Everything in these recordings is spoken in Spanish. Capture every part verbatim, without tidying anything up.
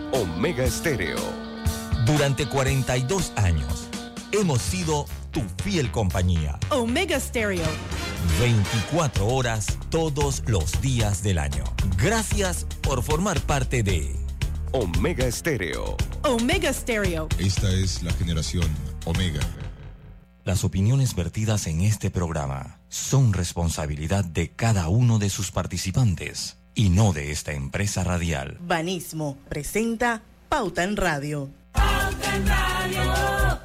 Omega Estéreo. Durante cuarenta y dos años hemos sido tu fiel compañía. Omega Stereo. veinticuatro horas todos los días del año. Gracias por formar parte de Omega Estéreo. Omega Stereo. Esta es la generación Omega. Las opiniones vertidas en este programa son responsabilidad de cada uno de sus participantes y no de esta empresa radial. Banismo presenta Pauta en Radio. Pauta en Radio.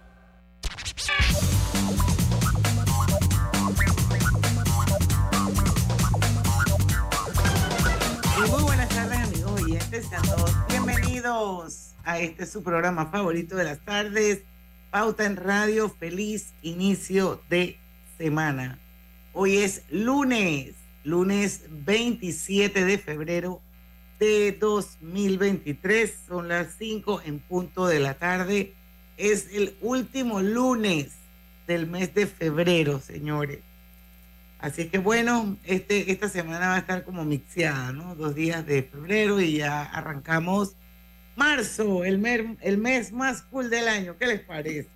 Y muy buenas tardes, amigos oyentes, sean todos bienvenidos a este su programa favorito de las tardes, Pauta en Radio. Feliz inicio de semana. Hoy es lunes, lunes veintisiete de febrero de dos mil veintitrés, son las cinco en punto de la tarde. Es el último lunes del mes de febrero, señores. Así que bueno, este, esta semana va a estar como mixeada, ¿no? Dos días de febrero y ya arrancamos marzo, el mes, el mes más cool del año. ¿Qué les parece?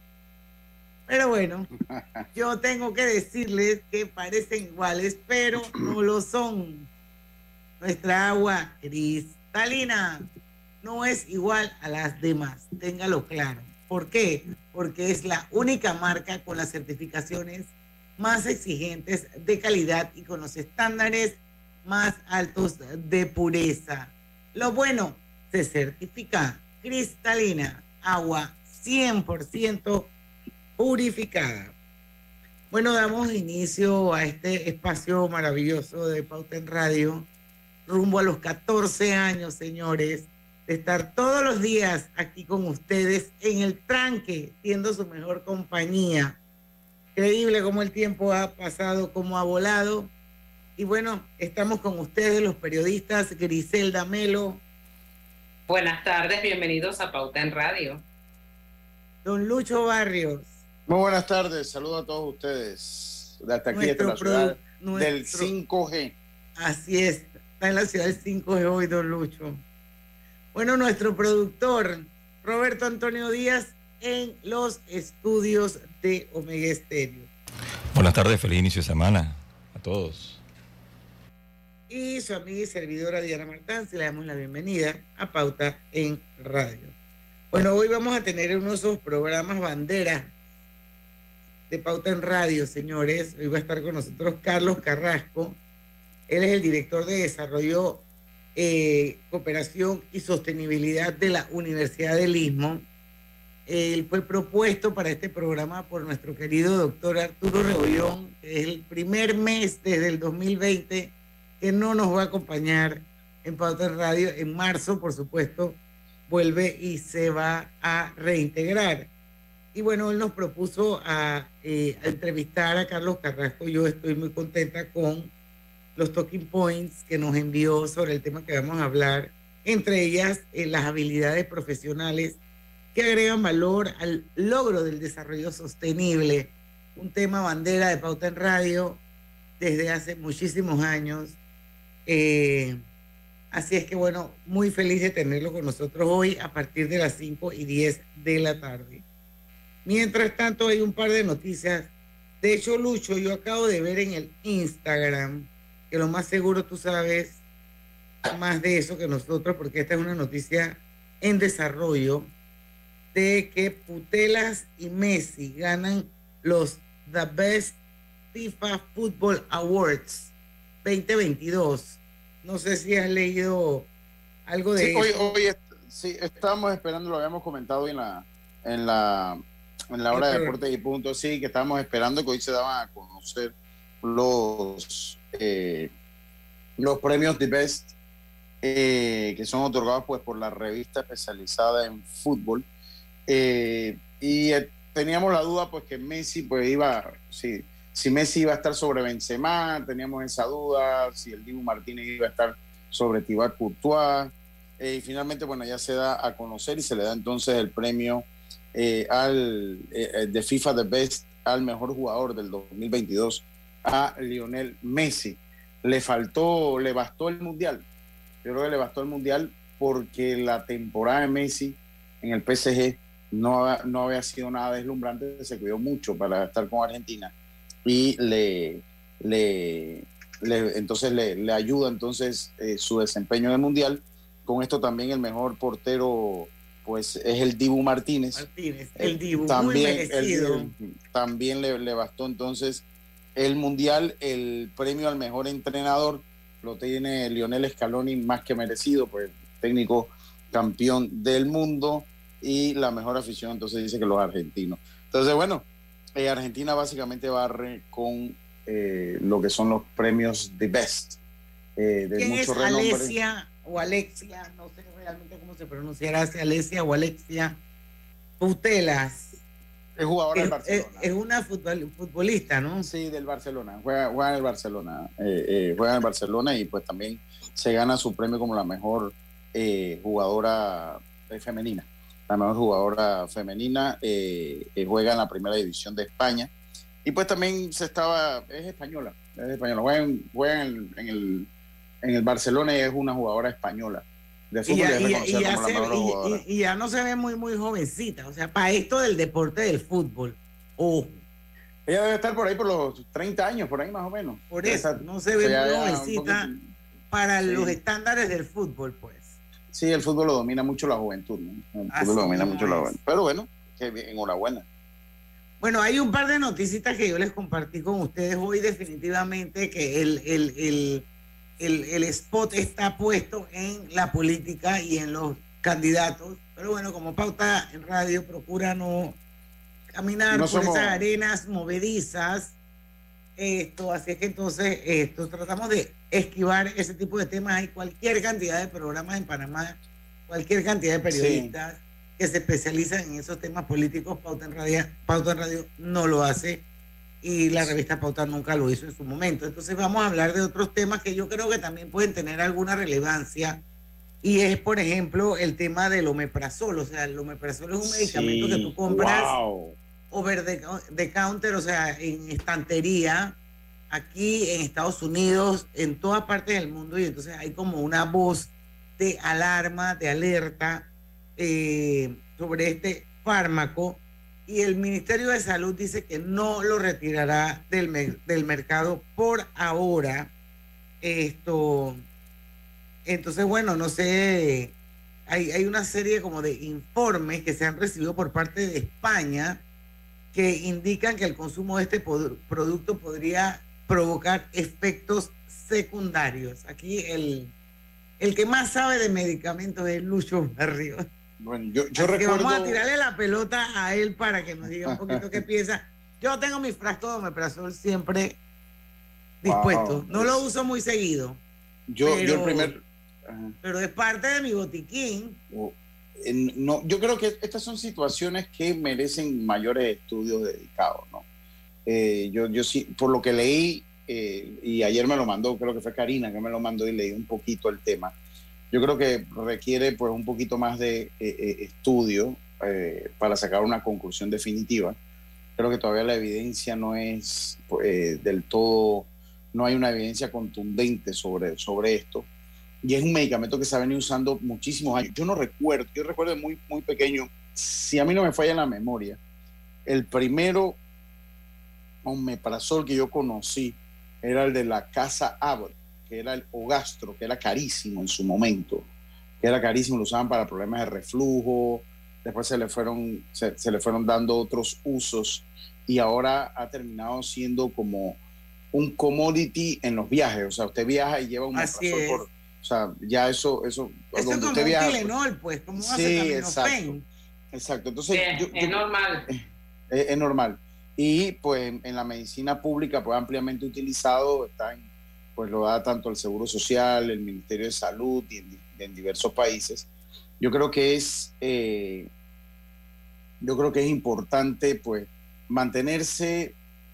Pero bueno, yo tengo que decirles que parecen iguales, pero no lo son. Nuestra agua cristalina no es igual a las demás, téngalo claro. ¿Por qué? Porque es la única marca con las certificaciones más exigentes de calidad y con los estándares más altos de pureza. Lo bueno, se certifica cristalina, agua cien por ciento purificada. Bueno, damos inicio a este espacio maravilloso de Pauta en Radio, rumbo a los catorce años, señores, de estar todos los días aquí con ustedes en el tranque, siendo su mejor compañía. Increíble cómo el tiempo ha pasado, cómo ha volado. Y bueno, estamos con ustedes, los periodistas, Griselda Melo. Buenas tardes, bienvenidos a Pauta en Radio. Don Lucho Barrios. Muy buenas tardes, saludos a todos ustedes. De hasta aquí, desde la ciudad nuestro, del cinco G. Así es, está en la ciudad del cinco G hoy, don Lucho. Bueno, nuestro productor, Roberto Antonio Díaz, en los estudios de Omega Estéreo. Buenas tardes, feliz inicio de semana a todos. Y su amiga y servidora Diana Martán, le damos la bienvenida a Pauta en Radio. Bueno, hoy vamos a tener uno de esos programas bandera de Pauta en Radio, señores. Hoy va a estar con nosotros Carlos Carrasco. Él es el director de Desarrollo, eh, Cooperación y Sostenibilidad de la Universidad del Istmo. Él fue propuesto para este programa por nuestro querido doctor Arturo Rebollón, que es el primer mes desde el dos mil veinte que no nos va a acompañar en Pauta en Radio. En marzo, por supuesto, vuelve y se va a reintegrar. Y bueno, él nos propuso a, eh, a entrevistar a Carlos Carrasco. Yo estoy muy contenta con los talking points que nos envió sobre el tema que vamos a hablar, entre ellas eh, las habilidades profesionales que agregan valor al logro del desarrollo sostenible, un tema bandera de Pauta en Radio desde hace muchísimos años. Eh, así es que bueno, muy feliz de tenerlo con nosotros hoy a partir de las cinco y diez de la tarde. Mientras tanto, hay un par de noticias. De hecho, Lucho, yo acabo de ver en el Instagram, que lo más seguro tú sabes más de eso que nosotros, porque esta es una noticia en desarrollo, de que Putellas y Messi ganan los The Best FIFA Football Awards veinte veintidós. No sé si has leído algo de sí, eso. Hoy, hoy sí, estábamos esperando, lo habíamos comentado hoy en la, en la, en la hora de deportes y punto, sí, que estábamos esperando que hoy se daban a conocer los, eh, los premios The Best, eh, que son otorgados pues por la revista especializada en fútbol. Eh, y eh, teníamos la duda pues que Messi pues iba, sí, si Messi iba a estar sobre Benzema, teníamos esa duda, si el Dibu Martínez iba a estar sobre Thibaut Courtois, eh, y finalmente bueno ya se da a conocer y se le da entonces el premio eh, al eh, de FIFA The Best al mejor jugador del dos mil veintidós a Lionel Messi. Le faltó, le bastó el Mundial. Yo creo que le bastó el Mundial porque la temporada de Messi en el P S G no, no había sido nada deslumbrante, se cuidó mucho para estar con Argentina y le, le, le entonces le, le ayuda entonces eh, su desempeño en el Mundial. Con esto también el mejor portero pues es el Dibu Martínez. Martínez, el Dibu, también, muy merecido. El, también le, le bastó entonces el Mundial, el premio al mejor entrenador lo tiene Lionel Scaloni, más que merecido, pues técnico campeón del mundo, y la mejor afición entonces dice que los argentinos. Entonces bueno, eh, Argentina básicamente barre con eh, lo que son los premios The Best eh, de ¿Quién mucho es renombre. Alessia o Alexia? No sé realmente cómo se pronunciará, si Alessia o Alexia Putellas. Es jugadora Es, del Barcelona. es, es una futbol, futbolista, ¿no? Sí, del Barcelona. Juega, juega en el Barcelona. Eh, eh, juega en el Barcelona y pues también se gana su premio como la mejor eh, jugadora eh, femenina. La mejor jugadora femenina. Eh, eh, juega en la primera división de España. Y pues también se estaba... Es española. Es española. Juega, en, juega en, el, en, el, en el Barcelona y es una jugadora española. De fútbol, y, ya, es y, ya, reconocida y, ya como se, la mejor jugadora. y, y, y ya no se ve muy, muy jovencita. O sea, para esto del deporte del fútbol. Ojo. Ella debe estar por ahí por los treinta años, por ahí más o menos. Por eso, Esa, no se ve o sea, muy ya jovencita un poquito, para sí. los estándares del fútbol, pues. Sí, el fútbol lo domina mucho la juventud, ¿no? El Así fútbol lo domina mucho es. la juventud. Pero bueno, que bien, enhorabuena. Bueno, hay un par de noticias que yo les compartí con ustedes hoy, definitivamente, que el, el, el, el, el spot está puesto en la política y en los candidatos. Pero bueno, como Pauta en Radio procura no caminar No por somos- esas arenas movedizas, esto, así es que entonces esto, tratamos de esquivar ese tipo de temas. Hay cualquier cantidad de programas en Panamá, cualquier cantidad de periodistas que se especializan en esos temas políticos. Pauta en Radio, Pauta en Radio no lo hace y la revista Pauta nunca lo hizo en su momento. Entonces vamos a hablar de otros temas que yo creo que también pueden tener alguna relevancia, y es, por ejemplo, el tema del omeprazol. O sea, el omeprazol es un medicamento Sí, que tú compras wow. over the, the counter, o sea, en estantería, aquí en Estados Unidos, en todas partes del mundo, y entonces hay como una voz de alarma, de alerta eh, sobre este fármaco, y el Ministerio de Salud dice que no lo retirará del, mer- del mercado por ahora. Esto, entonces, bueno, no sé, hay, hay una serie como de informes que se han recibido por parte de España que indican que el consumo de este pod- producto podría provocar efectos secundarios. Aquí el, el que más sabe de medicamentos es Lucho Barrio. Bueno, yo, yo Así que recuerdo... vamos a tirarle la pelota a él para que nos diga un poquito qué piensa. Yo tengo mi frasco de omeprazol siempre dispuesto. Wow. No lo uso muy seguido, yo, pero- yo el primer... Ajá. pero es parte de mi botiquín. O- en- no, yo creo que estas son situaciones que merecen mayores estudios dedicados, ¿no? Eh, yo, yo sí, por lo que leí, eh, y ayer me lo mandó, creo que fue Karina que me lo mandó y leí un poquito el tema. Yo creo que requiere pues un poquito más de eh, eh, estudio eh, para sacar una conclusión definitiva. Creo que todavía la evidencia no es eh, del todo, no hay una evidencia contundente sobre, sobre esto. Y es un medicamento que se ha venido usando muchísimos años. Yo no recuerdo, yo recuerdo muy, muy pequeño, si a mí no me falla la memoria, el primero omeprazol que yo conocí era el de la Casa Abbott, que era el Ogastro, que era carísimo en su momento, que era carísimo, lo usaban para problemas de reflujo, después se le fueron, se, se le fueron dando otros usos y ahora ha terminado siendo como un commodity en los viajes. O sea, usted viaja y lleva un Así omeprazol es. por... O sea, ya eso... Eso, Eso es donde como usted un viaja, Tylenol, pues, como un Sí, acetaminofén. exacto. Entonces, Sí, yo- es yo- normal. es, es normal. Y pues en, en la medicina pública pues ampliamente utilizado, está en, pues lo da tanto el Seguro Social, el Ministerio de Salud y en, en diversos países. Yo creo que es eh, yo creo que es importante pues mantenerse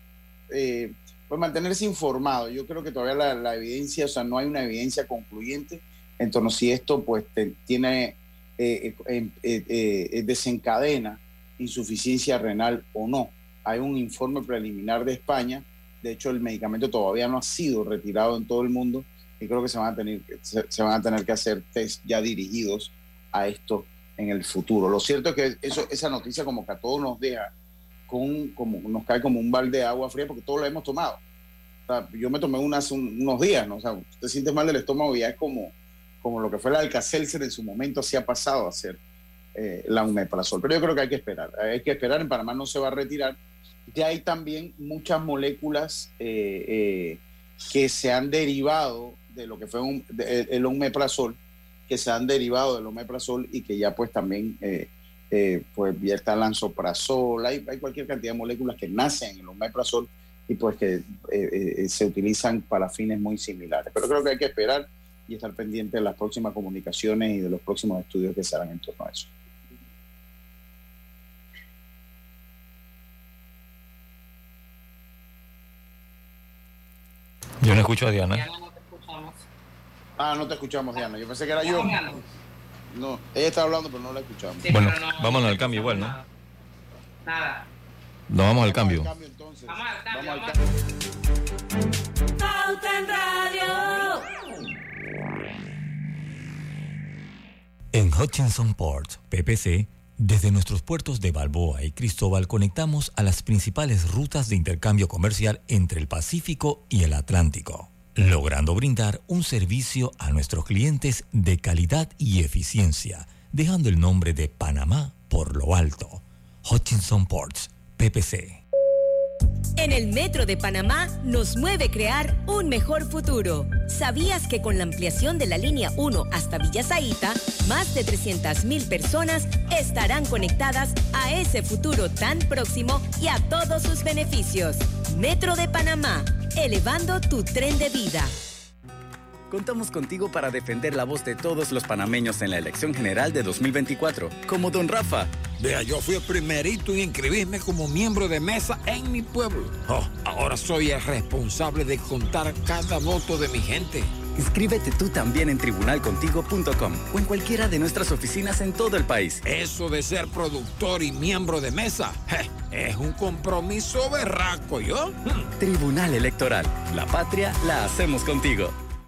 eh, pues mantenerse informado. Yo creo que todavía la, la evidencia, o sea, no hay una evidencia concluyente en torno a si esto pues te, tiene eh, eh, eh, eh, desencadena insuficiencia renal o no. Hay un informe preliminar de España, de hecho el medicamento todavía no ha sido retirado en todo el mundo, y creo que se van a tener, se, se van a tener que hacer test ya dirigidos a esto en el futuro. Lo cierto es que eso, esa noticia como que a todos nos deja, con, como, nos cae como un balde de agua fría porque todos la hemos tomado. O sea, yo me tomé una hace un, unos días, ¿no? O sea, te sientes mal del estómago y ya es como, como lo que fue el Alka-Seltzer en su momento, así ha pasado a ser eh, la omeprazol. Pero yo creo que hay que esperar, hay que esperar, en Panamá no se va a retirar. Ya hay también muchas moléculas eh, eh, que se han derivado de lo que fue un, de, el omeprazol, que se han derivado del omeprazol y que ya pues también eh, eh, pues ya está lansoprazol, hay, hay cualquier cantidad de moléculas que nacen en el omeprazol y pues que eh, eh, se utilizan para fines muy similares. Pero creo que hay que esperar y estar pendiente de las próximas comunicaciones y de los próximos estudios que se harán en torno a eso. Yo no escucho a Diana. Diana, no te escuchamos. Ah, no te escuchamos, Diana. Yo pensé que era yo. No, ella está hablando, pero no la escuchamos. Sí, bueno, no, vámonos no al cambio igual, ¿no? Nada. nada. Nos vamos al cambio. Vamos al cambio, entonces. Vamos al cambio. Vamos al Vamos. cambio. Pauta en Radio. En Hutchinson Ports, P P C, desde nuestros puertos de Balboa y Cristóbal conectamos a las principales rutas de intercambio comercial entre el Pacífico y el Atlántico, logrando brindar un servicio a nuestros clientes de calidad y eficiencia, dejando el nombre de Panamá por lo alto. Hutchinson Ports, P P C. En el Metro de Panamá nos mueve crear un mejor futuro. ¿Sabías que con la ampliación de la línea uno hasta Villa Zaita, más de trescientas mil personas estarán conectadas a ese futuro tan próximo y a todos sus beneficios? Metro de Panamá, elevando tu tren de vida. Contamos contigo para defender la voz de todos los panameños en la elección general de dos mil veinticuatro, como don Rafa. Vea, yo fui el primerito en inscribirme como miembro de mesa en mi pueblo. Oh, ahora soy el responsable de contar cada voto de mi gente. Inscríbete tú también en tribunal contigo punto com o en cualquiera de nuestras oficinas en todo el país. Eso de ser productor y miembro de mesa, je, es un compromiso berraco, ¿yo? Tribunal Electoral. La patria la hacemos contigo.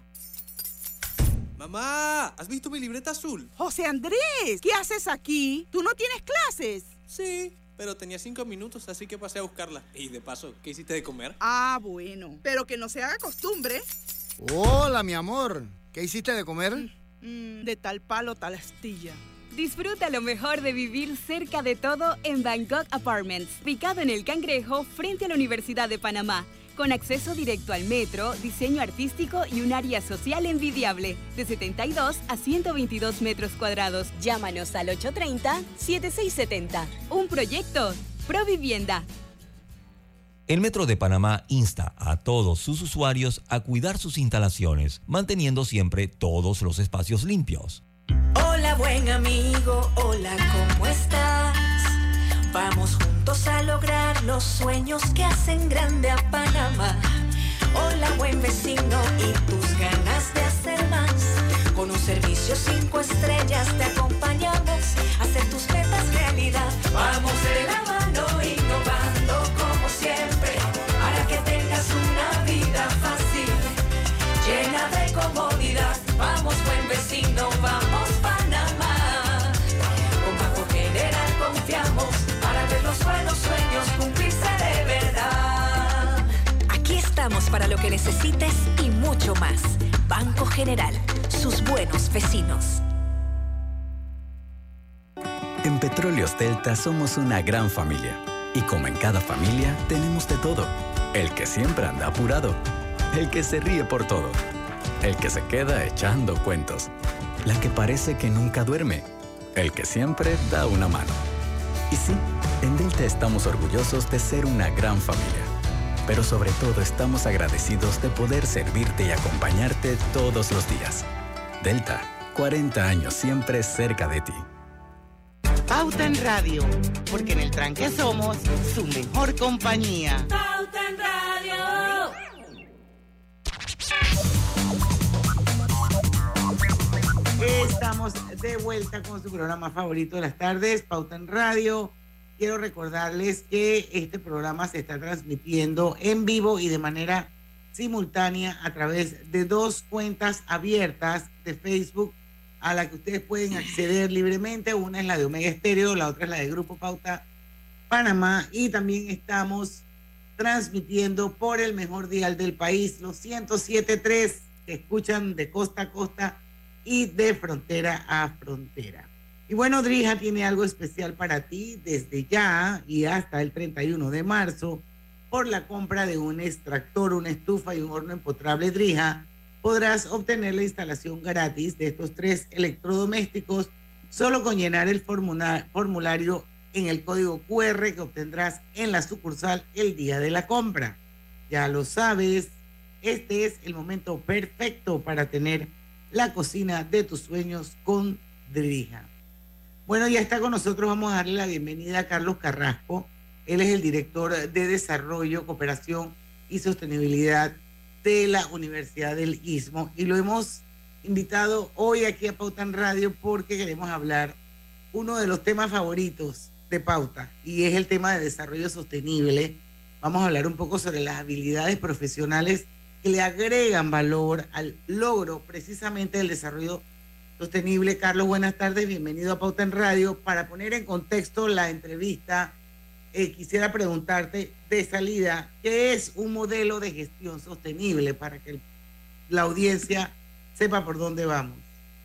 Mamá, ¿has visto mi libreta azul? José Andrés, ¿qué haces aquí? ¿Tú no tienes clases? Sí, pero tenía cinco minutos, así que pasé a buscarla. Y de paso, ¿qué hiciste de comer? Ah, bueno, pero que no se haga costumbre. Hola, mi amor. ¿Qué hiciste de comer? Mm, de tal palo, tal astilla. Disfruta lo mejor de vivir cerca de todo en Bangkok Apartments, ubicado en el Cangrejo frente a la Universidad de Panamá. Con acceso directo al metro, diseño artístico y un área social envidiable, de setenta y dos a ciento veintidós metros cuadrados. Llámanos al ocho tres cero, siete seis siete cero. Un proyecto Provivienda. El Metro de Panamá insta a todos sus usuarios a cuidar sus instalaciones, manteniendo siempre todos los espacios limpios. Hola, buen amigo, hola, ¿cómo estás? Vamos juntos a lograr los sueños que hacen grande a Panamá. Hola, buen vecino, y tus ganas de hacer más. Con un servicio cinco estrellas te acompañamos a hacer tus metas realidad. Vamos de la mano innovando como siempre, para que tengas una vida fácil, llena de comodidad. Vamos, buen vecino, vamos Panamá. Con Banco General confiamos para ver los buenos sueños cumplirse de verdad. Aquí estamos para lo que necesites y mucho más. Banco General, sus buenos vecinos. En Petróleos Delta somos una gran familia. Y como en cada familia, tenemos de todo. El que siempre anda apurado. El que se ríe por todo. El que se queda echando cuentos. La que parece que nunca duerme. El que siempre da una mano. Y sí, en Delta estamos orgullosos de ser una gran familia. Pero sobre todo estamos agradecidos de poder servirte y acompañarte todos los días. Delta, cuarenta años siempre cerca de ti. Pauta en Radio, porque en el tranque somos su mejor compañía. Pauta en Radio. Estamos de vuelta con su programa favorito de las tardes, Pauta en Radio. Quiero recordarles que este programa se está transmitiendo en vivo y de manera simultánea a través de dos cuentas abiertas de Facebook a la que ustedes pueden acceder libremente. Una es la de Omega Estéreo, la otra es la de Grupo Pauta Panamá, y también estamos transmitiendo por el mejor dial del país, los ciento siete punto tres, que escuchan de costa a costa y de frontera a frontera. Y bueno, Drija tiene algo especial para ti desde ya y hasta el treinta y uno de marzo. Por la compra de un extractor, una estufa y un horno empotrable Drija, podrás obtener la instalación gratis de estos tres electrodomésticos solo con llenar el formula- formulario en el código cu erre que obtendrás en la sucursal el día de la compra. Ya lo sabes, este es el momento perfecto para tener la cocina de tus sueños con Drija. Bueno, ya está con nosotros, vamos a darle la bienvenida a Carlos Carrasco. Él es el director de Desarrollo, Cooperación y Sostenibilidad de la Universidad del Istmo, y lo hemos invitado hoy aquí a Pauta en Radio porque queremos hablar uno de los temas favoritos de Pauta, y es el tema de desarrollo sostenible. Vamos a hablar un poco sobre las habilidades profesionales que le agregan valor al logro precisamente del desarrollo sostenible. Carlos, buenas tardes, bienvenido a Pauta en Radio. Para poner en contexto la entrevista, eh, quisiera preguntarte de salida, ¿qué es un modelo de gestión sostenible para que la audiencia sepa por dónde vamos?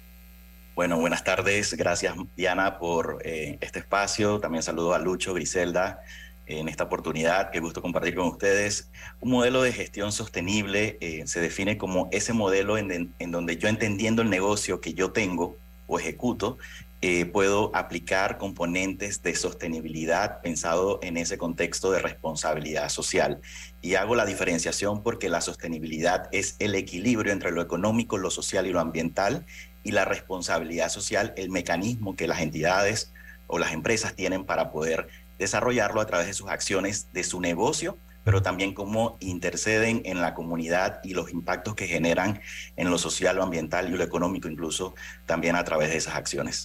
Bueno, buenas tardes. Gracias, Diana, por eh, este espacio. También saludo a Lucho, Griselda, en esta oportunidad. Qué gusto compartir con ustedes. Un modelo de gestión sostenible eh, se define como ese modelo en, en donde yo, entendiendo el negocio que yo tengo o ejecuto, eh, puedo aplicar componentes de sostenibilidad pensado en ese contexto de responsabilidad social. Y hago la diferenciación porque la sostenibilidad es el equilibrio entre lo económico, lo social y lo ambiental, y la responsabilidad social, el mecanismo que las entidades o las empresas tienen para poder desarrollarlo a través de sus acciones de su negocio, pero también cómo interceden en la comunidad y los impactos que generan en lo social, lo ambiental y lo económico, incluso también a través de esas acciones.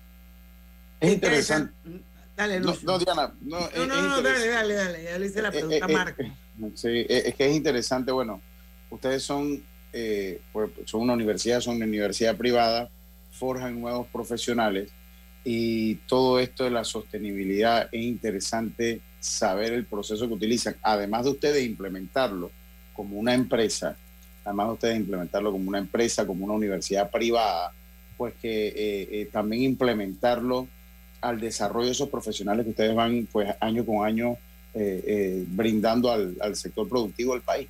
Es interesante. Dale, no, no, Diana. No, no, es, no, no es dale, dale, dale. Ya le hice la pregunta a eh, eh, Marco. Eh, sí, es que es interesante. Bueno, ustedes son, eh, pues, son una universidad, son una universidad privada, forjan nuevos profesionales, y todo esto de la sostenibilidad es interesante saber el proceso que utilizan, además de ustedes implementarlo como una empresa, además de ustedes implementarlo como una empresa, como una universidad privada, pues que eh, eh, también implementarlo al desarrollo de esos profesionales que ustedes van pues año con año eh, eh, brindando al, al sector productivo del país.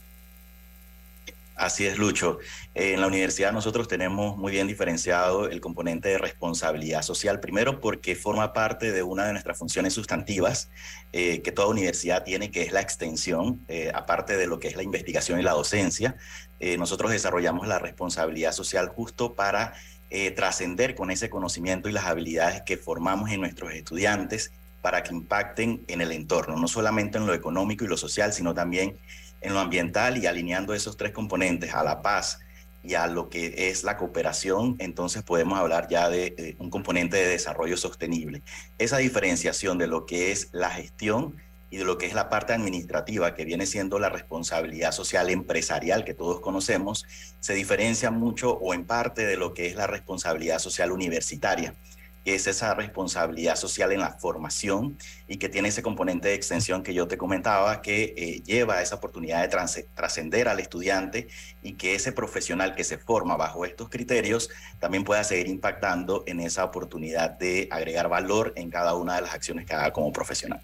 Así es, Lucho. En la universidad nosotros tenemos muy bien diferenciado el componente de responsabilidad social, primero porque forma parte de una de nuestras funciones sustantivas eh, que toda universidad tiene, que es la extensión, eh, aparte de lo que es la investigación y la docencia. Eh, nosotros desarrollamos la responsabilidad social justo para eh, trascender con ese conocimiento y las habilidades que formamos en nuestros estudiantes para que impacten en el entorno, no solamente en lo económico y lo social, sino también en lo ambiental, y alineando esos tres componentes a la paz y a lo que es la cooperación, entonces podemos hablar ya de eh, un componente de desarrollo sostenible. Esa diferenciación de lo que es la gestión y de lo que es la parte administrativa, que viene siendo la responsabilidad social empresarial que todos conocemos, se diferencia mucho o en parte de lo que es la responsabilidad social universitaria, que es esa responsabilidad social en la formación y que tiene ese componente de extensión que yo te comentaba, que eh, lleva a esa oportunidad de trans- trascender al estudiante, y que ese profesional que se forma bajo estos criterios también pueda seguir impactando en esa oportunidad de agregar valor en cada una de las acciones que haga como profesional.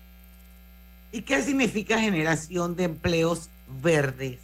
¿Y qué significa generación de empleos verdes?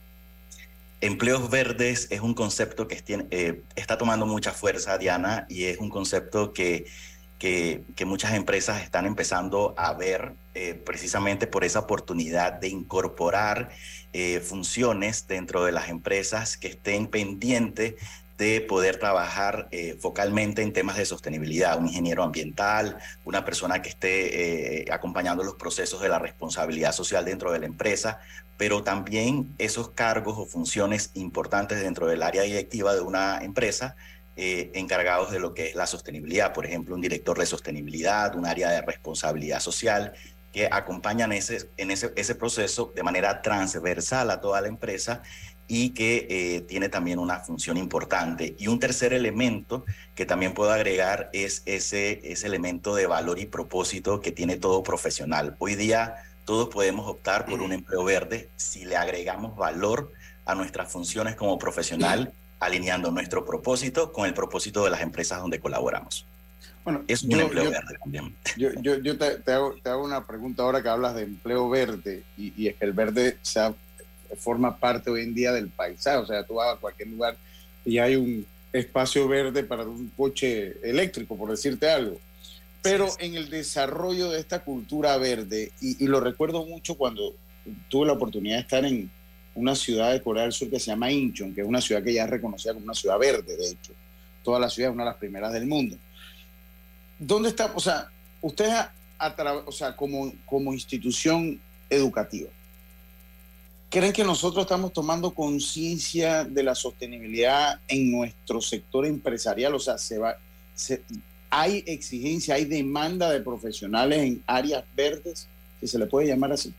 Empleos verdes es un concepto que tiene, eh, está tomando mucha fuerza, Diana, y es un concepto que, que, que muchas empresas están empezando a ver eh, precisamente por esa oportunidad de incorporar eh, funciones dentro de las empresas que estén pendientes de poder trabajar eh, focalmente en temas de sostenibilidad, un ingeniero ambiental, una persona que esté eh, acompañando los procesos de la responsabilidad social dentro de la empresa, pero también esos cargos o funciones importantes dentro del área directiva de una empresa eh, encargados de lo que es la sostenibilidad, por ejemplo, un director de sostenibilidad, un área de responsabilidad social, que que acompañan ese, en ese, ese proceso de manera transversal a toda la empresa y que eh, tiene también una función importante. Y un tercer elemento que también puedo agregar es ese, ese elemento de valor y propósito que tiene todo profesional. Hoy día todos podemos optar por un empleo verde si le agregamos valor a nuestras funciones como profesional, alineando nuestro propósito con el propósito de las empresas donde colaboramos. Bueno, es un yo, empleo yo, verde también. Yo, yo, yo te, te, hago, te hago una pregunta ahora que hablas de empleo verde, y, y es que el verde se ha, forma parte hoy en día del paisaje. O sea, tú vas a cualquier lugar y hay un espacio verde para un coche eléctrico, por decirte algo. Pero en el desarrollo de esta cultura verde, y, y lo recuerdo mucho cuando tuve la oportunidad de estar en una ciudad de Corea del Sur que se llama Incheon, que es una ciudad que ya es reconocida como una ciudad verde, de hecho. Toda la ciudad es una de las primeras del mundo. ¿Dónde está? O sea, ustedes, a, a, o sea, como, como institución educativa, ¿creen que nosotros estamos tomando conciencia de la sostenibilidad en nuestro sector empresarial? O sea, se va, se, ¿hay exigencia, hay demanda de profesionales en áreas verdes, si se le puede llamar así?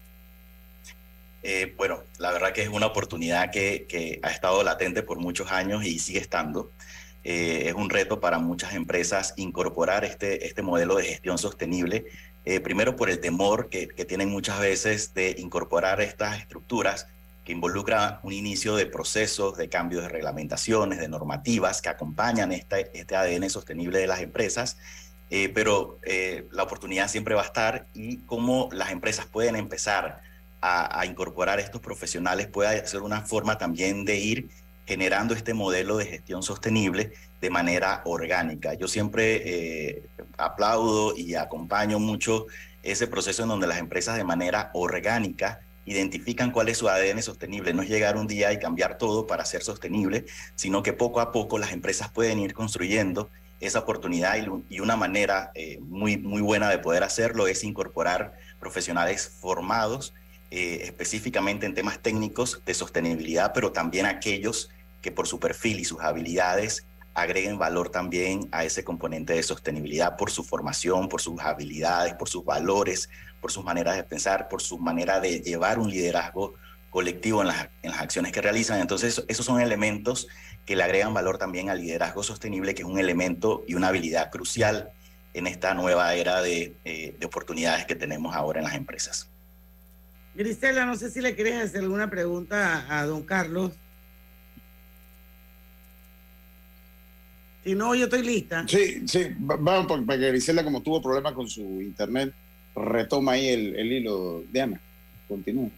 Eh, bueno, la verdad que es una oportunidad que, que ha estado latente por muchos años y sigue estando. Eh, es un reto para muchas empresas incorporar este, este modelo de gestión sostenible, eh, primero por el temor que, que tienen muchas veces de incorporar estas estructuras que involucran un inicio de procesos, de cambios de reglamentaciones, de normativas que acompañan este, este A D N sostenible de las empresas, eh, pero eh, la oportunidad siempre va a estar, y cómo las empresas pueden empezar a, a incorporar estos profesionales puede ser una forma también de ir generando este modelo de gestión sostenible de manera orgánica. Yo siempre eh, aplaudo y acompaño mucho ese proceso en donde las empresas de manera orgánica identifican cuál es su A D N sostenible. No es llegar un día y cambiar todo para ser sostenible, sino que poco a poco las empresas pueden ir construyendo esa oportunidad, y, y una manera eh, muy, muy buena de poder hacerlo es incorporar profesionales formados eh, específicamente en temas técnicos de sostenibilidad, pero también aquellos que por su perfil y sus habilidades agreguen valor también a ese componente de sostenibilidad por su formación, por sus habilidades, por sus valores, por sus maneras de pensar, por su manera de llevar un liderazgo colectivo en las, en las acciones que realizan. Entonces, esos son elementos que le agregan valor también al liderazgo sostenible, que es un elemento y una habilidad crucial en esta nueva era de, eh, de oportunidades que tenemos ahora en las empresas. Grisela, no sé si le quieres hacer alguna pregunta a, a don Carlos. Si no, yo estoy lista. Sí, sí, vamos, para que Grisela, como tuvo problemas con su internet, retoma ahí el, el hilo. Diana, continúa.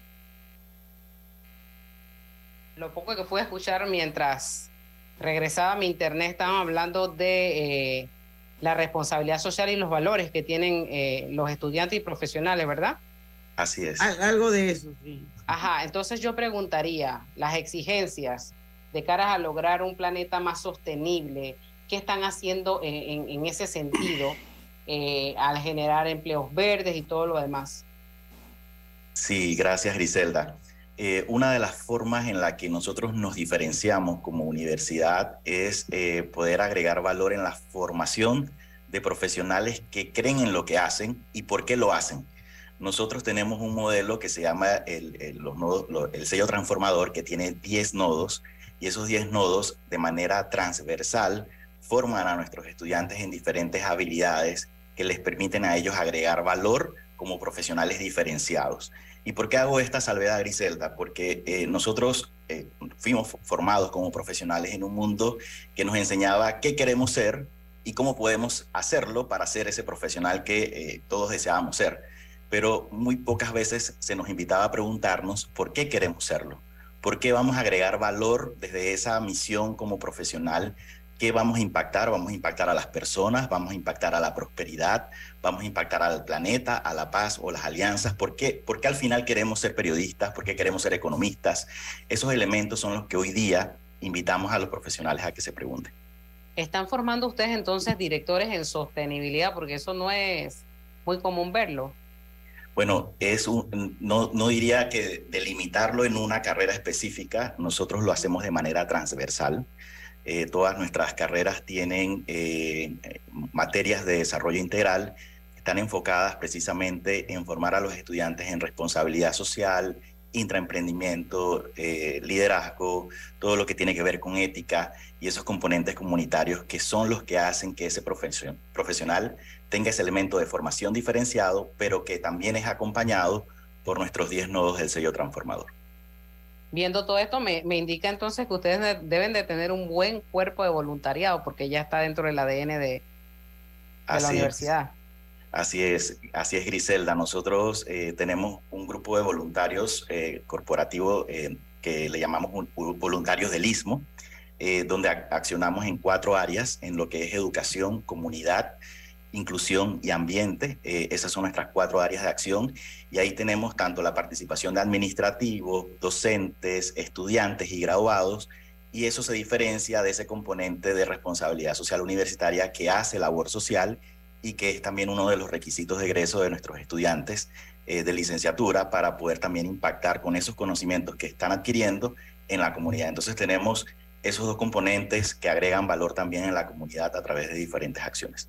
Lo poco que pude escuchar mientras regresaba a mi internet, estaban hablando de eh, la responsabilidad social y los valores que tienen eh, los estudiantes y profesionales, ¿verdad? Así es. Algo de eso, sí. Ajá, entonces yo preguntaría, las exigencias de cara a lograr un planeta más sostenible, ¿qué están haciendo en, en, en ese sentido eh, al generar empleos verdes y todo lo demás? Sí, gracias, Griselda. Eh, una de las formas en la que nosotros nos diferenciamos como universidad es eh, poder agregar valor en la formación de profesionales que creen en lo que hacen y por qué lo hacen. Nosotros tenemos un modelo que se llama el, el, los nodos, el sello transformador, que tiene diez nodos, y esos diez nodos de manera transversal forman a nuestros estudiantes en diferentes habilidades que les permiten a ellos agregar valor como profesionales diferenciados. ¿Y por qué hago esta salvedad, Griselda? Porque eh, nosotros eh, fuimos formados como profesionales en un mundo que nos enseñaba qué queremos ser y cómo podemos hacerlo para ser ese profesional que eh, todos deseábamos ser. Pero muy pocas veces se nos invitaba a preguntarnos por qué queremos serlo, por qué vamos a agregar valor desde esa misión como profesional. ¿Qué vamos a impactar? Vamos a impactar a las personas, vamos a impactar a la prosperidad, vamos a impactar al planeta, a la paz o las alianzas. ¿Por qué? Porque al final queremos ser periodistas, porque queremos ser economistas. Esos elementos son los que hoy día invitamos a los profesionales a que se pregunten. ¿Están formando ustedes entonces directores en sostenibilidad? Porque eso no es muy común verlo. Bueno, es un, no, no diría que delimitarlo en una carrera específica. Nosotros lo hacemos de manera transversal. Eh, todas nuestras carreras tienen eh, materias de desarrollo integral están enfocadas precisamente en formar a los estudiantes en responsabilidad social, intraemprendimiento, eh, liderazgo, todo lo que tiene que ver con ética y esos componentes comunitarios que son los que hacen que ese profesion- profesional tenga ese elemento de formación diferenciado, pero que también es acompañado por nuestros diez nodos del sello transformador. Viendo todo esto, me, me indica entonces que ustedes de, deben de tener un buen cuerpo de voluntariado, porque ya está dentro del A D N de, de la universidad. Es. Así es, así es, Griselda. Nosotros eh, tenemos un grupo de voluntarios eh, corporativo eh, que le llamamos un, un voluntarios del Istmo, eh, donde ac- accionamos en cuatro áreas, en lo que es educación, comunidad, inclusión y ambiente. Eh, esas son nuestras cuatro áreas de acción, y ahí tenemos tanto la participación de administrativos, docentes, estudiantes y graduados, y eso se diferencia de ese componente de responsabilidad social universitaria que hace labor social y que es también uno de los requisitos de egreso de nuestros estudiantes eh, de licenciatura para poder también impactar con esos conocimientos que están adquiriendo en la comunidad. Entonces tenemos esos dos componentes que agregan valor también en la comunidad a través de diferentes acciones.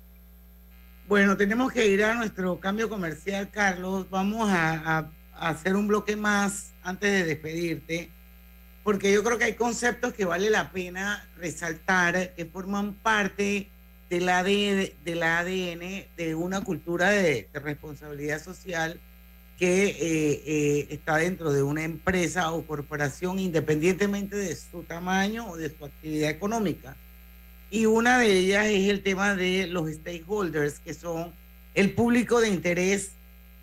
Bueno, tenemos que ir a nuestro cambio comercial, Carlos. Vamos a, a, a hacer un bloque más antes de despedirte, porque yo creo que hay conceptos que vale la pena resaltar, que forman parte del A D N, del A D N de una cultura de, de responsabilidad social que eh, eh, está dentro de una empresa o corporación, independientemente de su tamaño o de su actividad económica. Y una de ellas es el tema de los stakeholders, que son el público de interés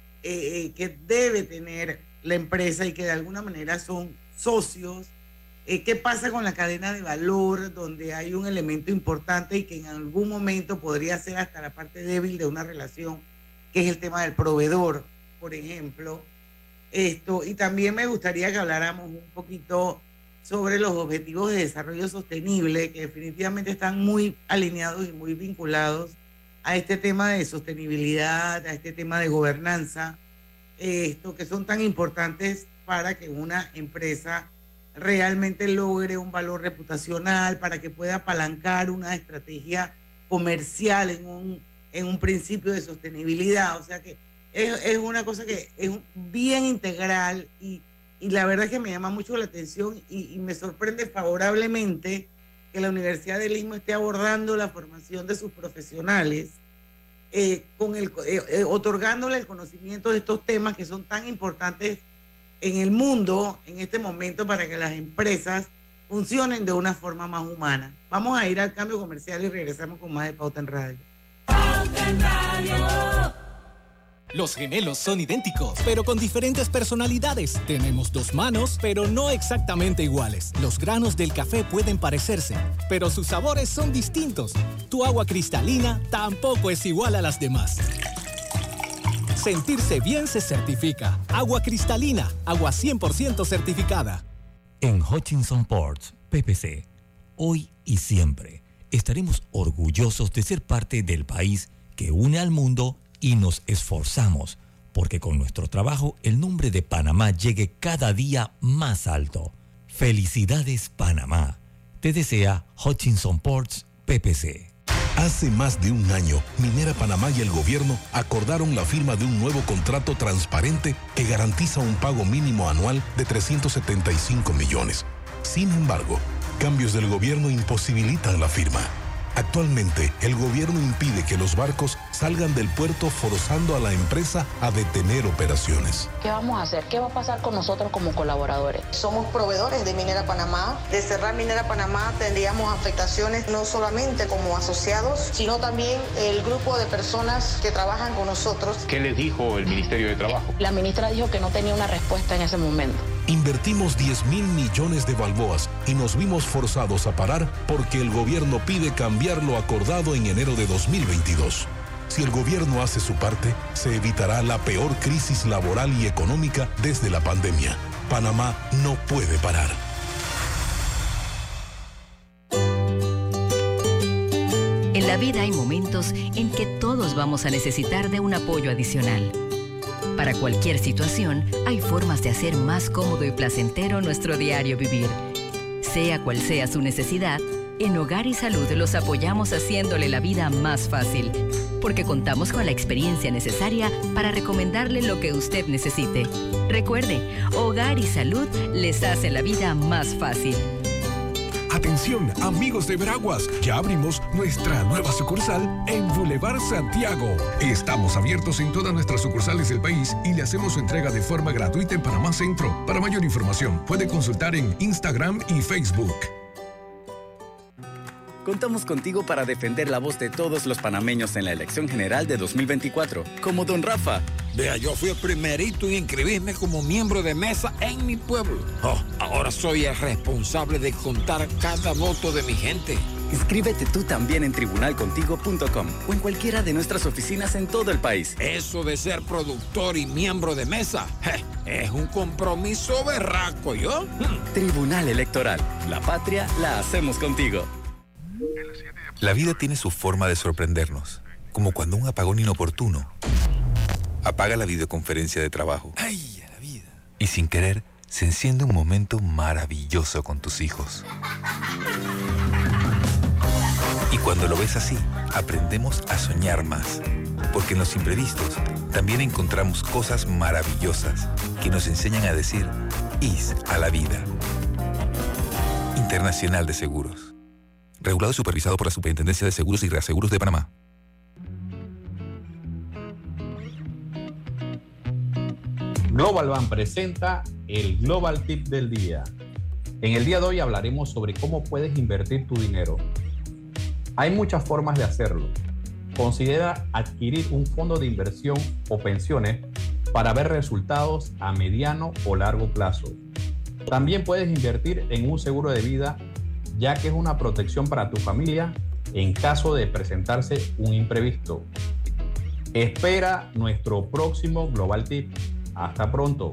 eh, que debe tener la empresa y que de alguna manera son socios. Eh, ¿Qué pasa con la cadena de valor, donde hay un elemento importante y que en algún momento podría ser hasta la parte débil de una relación, que es el tema del proveedor, por ejemplo? Esto, y también me gustaría que habláramos un poquito sobre los objetivos de desarrollo sostenible, que definitivamente están muy alineados y muy vinculados a este tema de sostenibilidad, a este tema de gobernanza, esto, que son tan importantes para que una empresa realmente logre un valor reputacional, para que pueda apalancar una estrategia comercial en un, en un principio de sostenibilidad. O sea que es, es una cosa que es bien integral y, y la verdad es que me llama mucho la atención y, y me sorprende favorablemente que la Universidad del Istmo esté abordando la formación de sus profesionales, eh, con el, eh, eh, otorgándole el conocimiento de estos temas que son tan importantes en el mundo en este momento para que las empresas funcionen de una forma más humana. Vamos a ir al cambio comercial y regresamos con más de Pauta en Radio. Pauta en Radio. Los gemelos son idénticos, pero con diferentes personalidades. Tenemos dos manos, pero no exactamente iguales. Los granos del café pueden parecerse, pero sus sabores son distintos. Tu agua cristalina tampoco es igual a las demás. Sentirse bien se certifica. Agua cristalina, agua cien por ciento certificada. En Hutchinson Ports, P P C, hoy y siempre estaremos orgullosos de ser parte del país que une al mundo y nos esforzamos porque con nuestro trabajo el nombre de Panamá llegue cada día más alto. Felicidades, Panamá. Te desea Hutchinson Ports, P P C. Hace más de un año, Minera Panamá y el gobierno acordaron la firma de un nuevo contrato transparente que garantiza un pago mínimo anual de trescientos setenta y cinco millones. Sin embargo, cambios del gobierno imposibilitan la firma. Actualmente, el gobierno impide que los barcos salgan del puerto, forzando a la empresa a detener operaciones. ¿Qué vamos a hacer? ¿Qué va a pasar con nosotros como colaboradores? Somos proveedores de Minera Panamá. De cerrar Minera Panamá tendríamos afectaciones no solamente como asociados, sino también el grupo de personas que trabajan con nosotros. ¿Qué les dijo el Ministerio de Trabajo? La ministra dijo que no tenía una respuesta en ese momento. Invertimos diez mil millones de balboas y nos vimos forzados a parar porque el gobierno pide cambiar lo acordado en enero de dos mil veintidós. Si el gobierno hace su parte, se evitará la peor crisis laboral y económica desde la pandemia. Panamá no puede parar. En la vida hay momentos en que todos vamos a necesitar de un apoyo adicional. Para cualquier situación, hay formas de hacer más cómodo y placentero nuestro diario vivir. Sea cual sea su necesidad, en Hogar y Salud los apoyamos haciéndole la vida más fácil. porque contamos con la experiencia necesaria para recomendarle lo que usted necesite. Recuerde, Hogar y Salud les hace la vida más fácil. Atención, amigos de Veraguas, ya abrimos nuestra nueva sucursal en Boulevard Santiago. Estamos abiertos en todas nuestras sucursales del país y le hacemos su entrega de forma gratuita en Panamá Centro. Para mayor información, puede consultar en Instagram y Facebook. Contamos contigo para defender la voz de todos los panameños en la elección general de dos mil veinticuatro, como don Rafa. Vea, yo fui el primerito en inscribirme como miembro de mesa en mi pueblo. Oh, ahora soy el responsable de contar cada voto de mi gente. Inscríbete tú también en tribunal contigo punto com o en cualquiera de nuestras oficinas en todo el país. Eso de ser productor y miembro de mesa, je, es un compromiso berraco, ¿yo? Tribunal Electoral. La patria la hacemos contigo. La vida tiene su forma de sorprendernos, como cuando un apagón inoportuno apaga la videoconferencia de trabajo. ¡Ay, a la vida! Y sin querer, se enciende un momento maravilloso con tus hijos. Y cuando lo ves así, aprendemos a soñar más, porque en los imprevistos también encontramos cosas maravillosas que nos enseñan a decir IS a la vida. Internacional de Seguros. Regulado y supervisado por la Superintendencia de Seguros y Reaseguros de Panamá. Global Bank presenta el Global Tip del día. En el día de hoy hablaremos sobre cómo puedes invertir tu dinero. Hay muchas formas de hacerlo. Considera adquirir un fondo de inversión o pensiones para ver resultados a mediano o largo plazo. También puedes invertir en un seguro de vida, ya que es una protección para tu familia en caso de presentarse un imprevisto. Espera nuestro próximo Global Tip. Hasta pronto.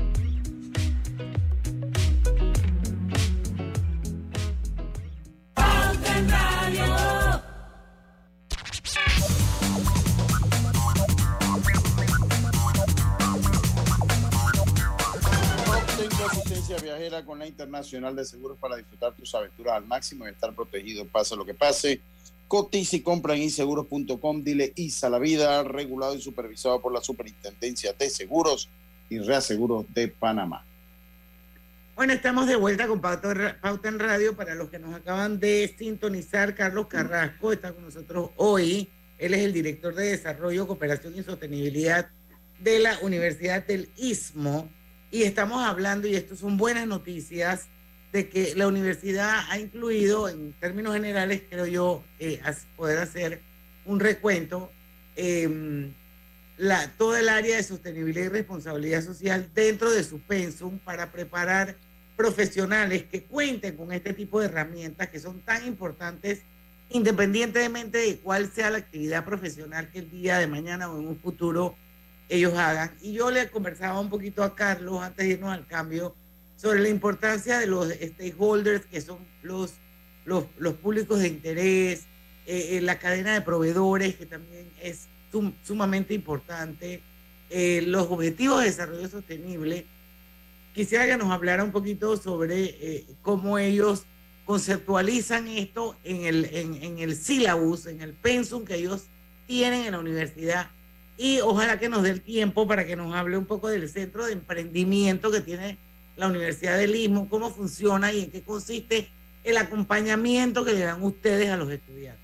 Viajera con la Internacional de Seguros para disfrutar tus aventuras al máximo y estar protegido pase lo que pase. Cotiza y compra en inseguros punto com. Dile ISA a la vida, regulado y supervisado por la Superintendencia de Seguros y Reaseguros de Panamá. Bueno, estamos de vuelta con Pauta, Pauta en Radio. Para los que nos acaban de sintonizar, Carlos Carrasco está con nosotros hoy. Él es el director de Desarrollo, Cooperación y Sostenibilidad de la Universidad del Istmo. Y estamos hablando, y esto son buenas noticias, de que la universidad ha incluido, en términos generales, creo yo, eh, poder hacer un recuento, eh, la, todo el área de sostenibilidad y responsabilidad social dentro de su pensum para preparar profesionales que cuenten con este tipo de herramientas que son tan importantes independientemente de cuál sea la actividad profesional que el día de mañana o en un futuro ellos hagan. Y yo le conversaba un poquito a Carlos antes de irnos al cambio sobre la importancia de los stakeholders, que son los, los, los públicos de interés, eh, la cadena de proveedores, que también es sum, sumamente importante, eh, los objetivos de desarrollo sostenible. Quisiera que nos hablara un poquito sobre eh, cómo ellos conceptualizan esto en el, en, en el sílabus, en el pensum que ellos tienen en la universidad. Y ojalá que nos dé el tiempo para que nos hable un poco del centro de emprendimiento que tiene la Universidad del Istmo, cómo funciona y en qué consiste el acompañamiento que le dan ustedes a los estudiantes.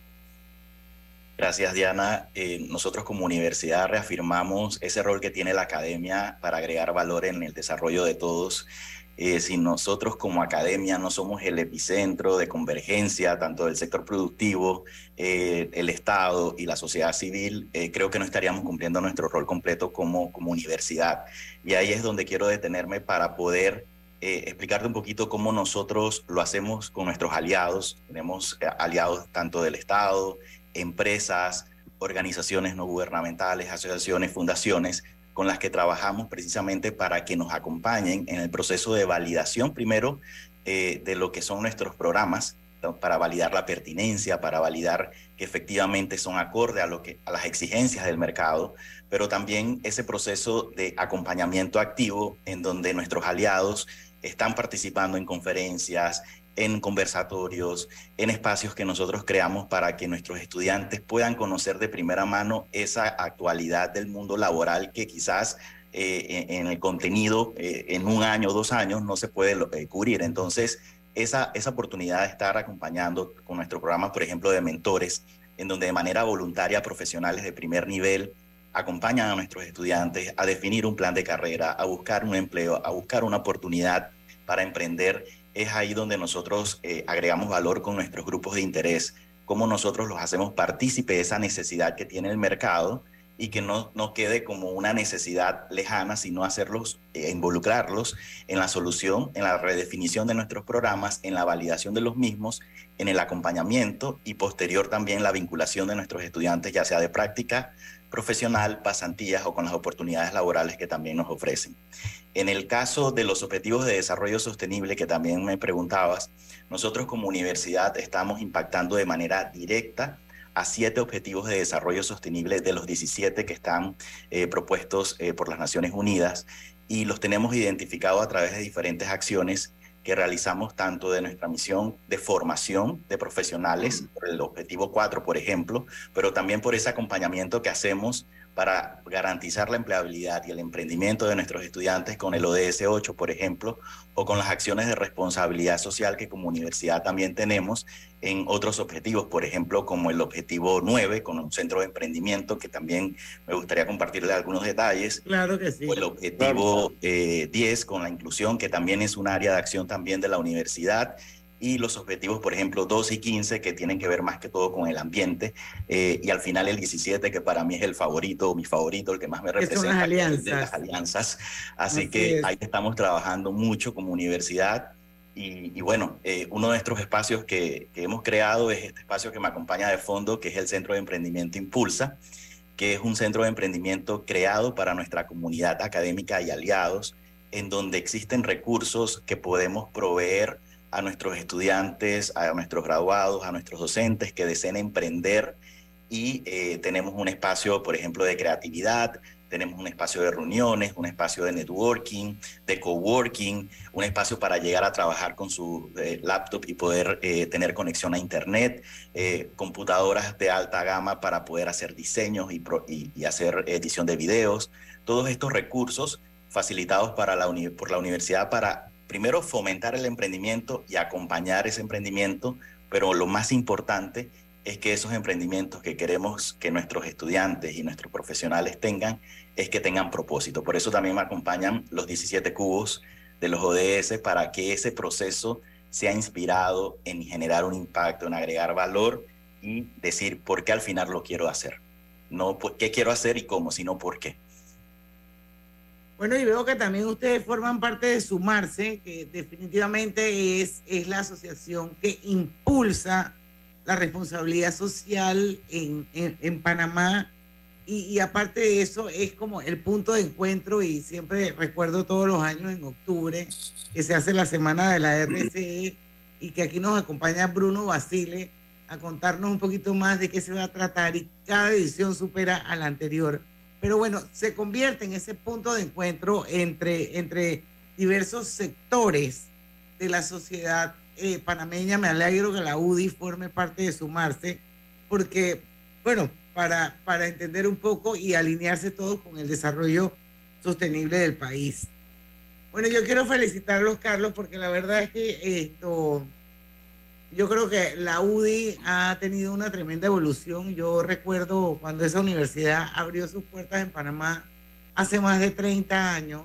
Gracias, Diana. Eh, nosotros como universidad reafirmamos ese rol que tiene la academia para agregar valor en el desarrollo de todos. Eh, si nosotros como academia no somos el epicentro de convergencia, tanto del sector productivo, eh, el Estado y la sociedad civil, eh, creo que no estaríamos cumpliendo nuestro rol completo como, como universidad. Y ahí es donde quiero detenerme para poder eh, explicarte un poquito cómo nosotros lo hacemos con nuestros aliados. Tenemos eh, aliados tanto del Estado, empresas, organizaciones no gubernamentales, asociaciones, fundaciones, con las que trabajamos precisamente para que nos acompañen en el proceso de validación primero eh, de lo que son nuestros programas, para validar la pertinencia, para validar que efectivamente son acorde a, lo que, a las exigencias del mercado, pero también ese proceso de acompañamiento activo en donde nuestros aliados están participando en conferencias, en conversatorios, en espacios que nosotros creamos para que nuestros estudiantes puedan conocer de primera mano esa actualidad del mundo laboral que quizás eh, en el contenido eh, en un año o dos años no se puede eh, cubrir. Entonces, esa, esa oportunidad de estar acompañando con nuestro programa, por ejemplo, de mentores, en donde de manera voluntaria profesionales de primer nivel acompañan a nuestros estudiantes a definir un plan de carrera, a buscar un empleo, a buscar una oportunidad para emprender, es ahí donde nosotros eh, agregamos valor con nuestros grupos de interés, cómo nosotros los hacemos partícipe de esa necesidad que tiene el mercado y que no, no quede como una necesidad lejana, sino hacerlos, eh, involucrarlos en la solución, en la redefinición de nuestros programas, en la validación de los mismos, en el acompañamiento y posterior también la vinculación de nuestros estudiantes, ya sea de práctica profesional, pasantías o con las oportunidades laborales que también nos ofrecen. En el caso de los objetivos de desarrollo sostenible que también me preguntabas, nosotros como universidad estamos impactando de manera directa a siete objetivos de desarrollo sostenible de los diecisiete que están eh, propuestos eh, por las Naciones Unidas, y los tenemos identificados a través de diferentes acciones que realizamos tanto de nuestra misión de formación de profesionales, por el objetivo cuatro, por ejemplo, pero también por ese acompañamiento que hacemos para garantizar la empleabilidad y el emprendimiento de nuestros estudiantes con el O D S ocho, por ejemplo, o con las acciones de responsabilidad social que como universidad también tenemos en otros objetivos, por ejemplo, como el objetivo nueve, con un centro de emprendimiento, que también me gustaría compartirle algunos detalles. Claro que sí. O el objetivo eh, diez, con la inclusión, que también es un área de acción también de la universidad. Y los objetivos, por ejemplo, doce y quince, que tienen que ver más que todo con el ambiente, eh, y al final el diecisiete, que para mí es el favorito, mi favorito, el que más me representa, son las alianzas. de las alianzas. Así, Así que es. ahí estamos trabajando mucho como universidad. Y, y bueno, eh, uno de nuestros espacios que, que hemos creado es este espacio que me acompaña de fondo, que es el Centro de Emprendimiento Impulsa, que es un centro de emprendimiento creado para nuestra comunidad académica y aliados, en donde existen recursos que podemos proveer a nuestros estudiantes, a nuestros graduados, a nuestros docentes que deseen emprender, y eh, tenemos un espacio, por ejemplo, de creatividad, tenemos un espacio de reuniones, un espacio de networking, de coworking, un espacio para llegar a trabajar con su eh, laptop y poder eh, tener conexión a internet, eh, computadoras de alta gama para poder hacer diseños y, pro, y, y hacer edición de videos. Todos estos recursos facilitados para la uni, por la universidad para primero fomentar el emprendimiento y acompañar ese emprendimiento, pero lo más importante es que esos emprendimientos que queremos que nuestros estudiantes y nuestros profesionales tengan, es que tengan propósito. Por eso también me acompañan los diecisiete cubos de los O D S, para que ese proceso sea inspirado en generar un impacto, en agregar valor y decir por qué al final lo quiero hacer. No por qué quiero hacer y cómo, sino por qué. Bueno, y veo que también ustedes forman parte de Sumarse, que definitivamente es, es la asociación que impulsa la responsabilidad social en, en, en Panamá, y, y aparte de eso es como el punto de encuentro, y siempre recuerdo todos los años en octubre que se hace la semana de la R C E, y que aquí nos acompaña Bruno Basile a contarnos un poquito más de qué se va a tratar, y cada edición supera a la anterior. Pero bueno, se convierte en ese punto de encuentro entre, entre diversos sectores de la sociedad eh, panameña. Me alegro que la U D I forme parte de Sumarse, porque, bueno, para, para entender un poco y alinearse todos con el desarrollo sostenible del país. Bueno, yo quiero felicitarlos, Carlos, porque la verdad es que esto... Yo creo que la U D I ha tenido una tremenda evolución. Yo recuerdo cuando esa universidad abrió sus puertas en Panamá hace más de treinta años,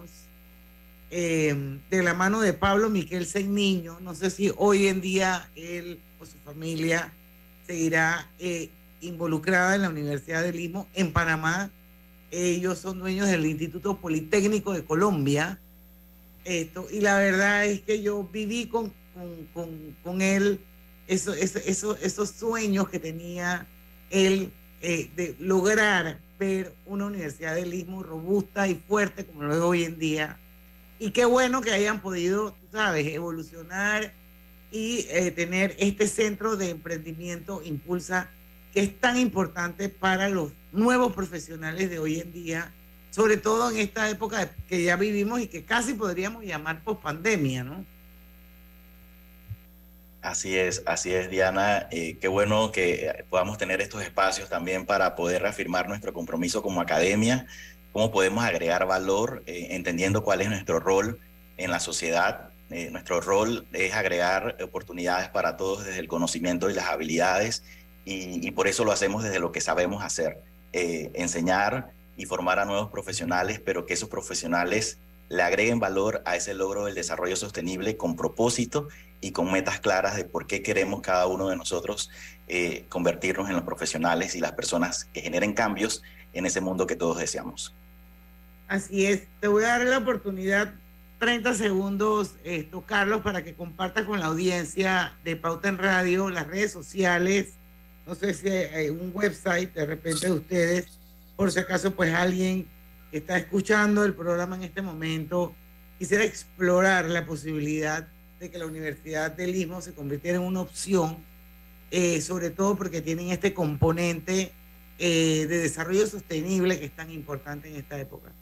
eh, de la mano de Pablo Miquel Niño. No sé si hoy en día él o su familia seguirá eh, involucrada en la Universidad del Istmo en Panamá. Ellos son dueños del Instituto Politécnico de Colombia. Esto, y la verdad es que yo viví con, con, con, con él Eso, eso, eso, esos sueños que tenía él eh, de lograr ver una universidad del Istmo robusta y fuerte como lo es hoy en día. Y qué bueno que hayan podido, tú sabes, evolucionar y eh, tener este centro de emprendimiento Impulsa, que es tan importante para los nuevos profesionales de hoy en día, sobre todo en esta época que ya vivimos y que casi podríamos llamar pospandemia, ¿no? Así es, así es, Diana. Eh, qué bueno que podamos tener estos espacios también para poder reafirmar nuestro compromiso como academia, cómo podemos agregar valor, eh, entendiendo cuál es nuestro rol en la sociedad. Eh, nuestro rol es agregar oportunidades para todos desde el conocimiento y las habilidades, y, y por eso lo hacemos desde lo que sabemos hacer, eh, enseñar y formar a nuevos profesionales, pero que esos profesionales le agreguen valor a ese logro del desarrollo sostenible con propósito y con metas claras de por qué queremos cada uno de nosotros eh, convertirnos en los profesionales y las personas que generen cambios en ese mundo que todos deseamos. Así es. Te voy a dar la oportunidad, treinta segundos, esto, Carlos, para que compartas con la audiencia de Pauta en Radio, las redes sociales, no sé si hay un website de repente de ustedes, por si acaso pues alguien que está escuchando el programa en este momento quisiera explorar la posibilidad de que la Universidad del Istmo se convirtiera en una opción, eh, sobre todo porque tienen este componente eh, de desarrollo sostenible que es tan importante en esta época.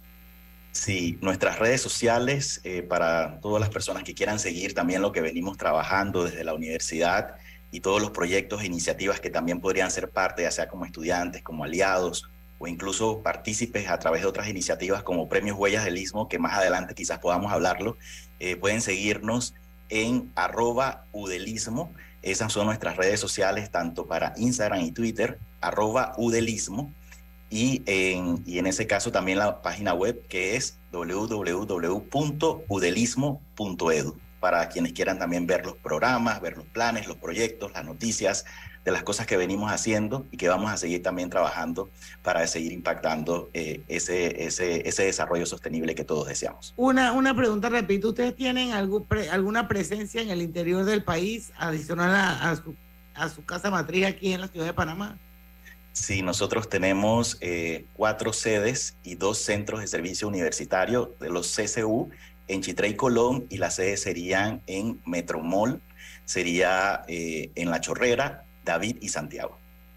Sí, nuestras redes sociales, eh, para todas las personas que quieran seguir también lo que venimos trabajando desde la universidad y todos los proyectos e iniciativas que también podrían ser parte, ya sea como estudiantes, como aliados, o incluso partícipes a través de otras iniciativas como Premios Huellas del Istmo, que más adelante quizás podamos hablarlo. Eh, pueden seguirnos en arroba udelismo. Esas son nuestras redes sociales, tanto para Instagram y Twitter, arroba udelismo. Y en, y en ese caso también la página web, que es doble u doble u doble u punto udelismo punto edu, para quienes quieran también ver los programas, ver los planes, los proyectos, las noticias de las cosas que venimos haciendo y que vamos a seguir también trabajando para seguir impactando eh, ese, ese, ese desarrollo sostenible que todos deseamos. Una, una pregunta, repito, ¿ustedes tienen algún pre, alguna presencia en el interior del país adicional a, a, su, a su casa matriz aquí en la ciudad de Panamá? Sí, nosotros tenemos eh, cuatro sedes y dos centros de servicio universitario de los C C U en Chitré y Colón, y las sedes serían en Metromol, sería eh, en La Chorrera, David y Santiago.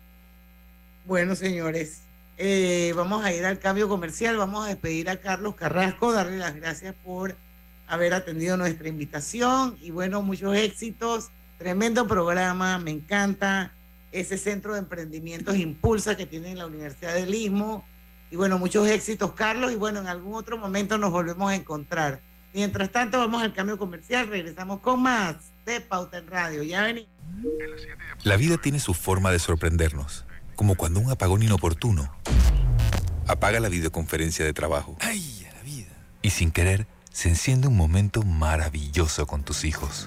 Bueno, señores, eh, vamos a ir al cambio comercial, vamos a despedir a Carlos Carrasco, darle las gracias por haber atendido nuestra invitación y bueno, muchos éxitos, tremendo programa, me encanta ese centro de emprendimientos Impulsa que tiene la Universidad del Istmo y bueno, muchos éxitos, Carlos, y bueno, en algún otro momento nos volvemos a encontrar. Mientras tanto, vamos al cambio comercial, regresamos con más de Pauta en Radio. Ya venimos. La vida tiene su forma de sorprendernos, como cuando un apagón inoportuno apaga la videoconferencia de trabajo. ¡Ay, a la vida! Y sin querer, se enciende un momento maravilloso con tus hijos.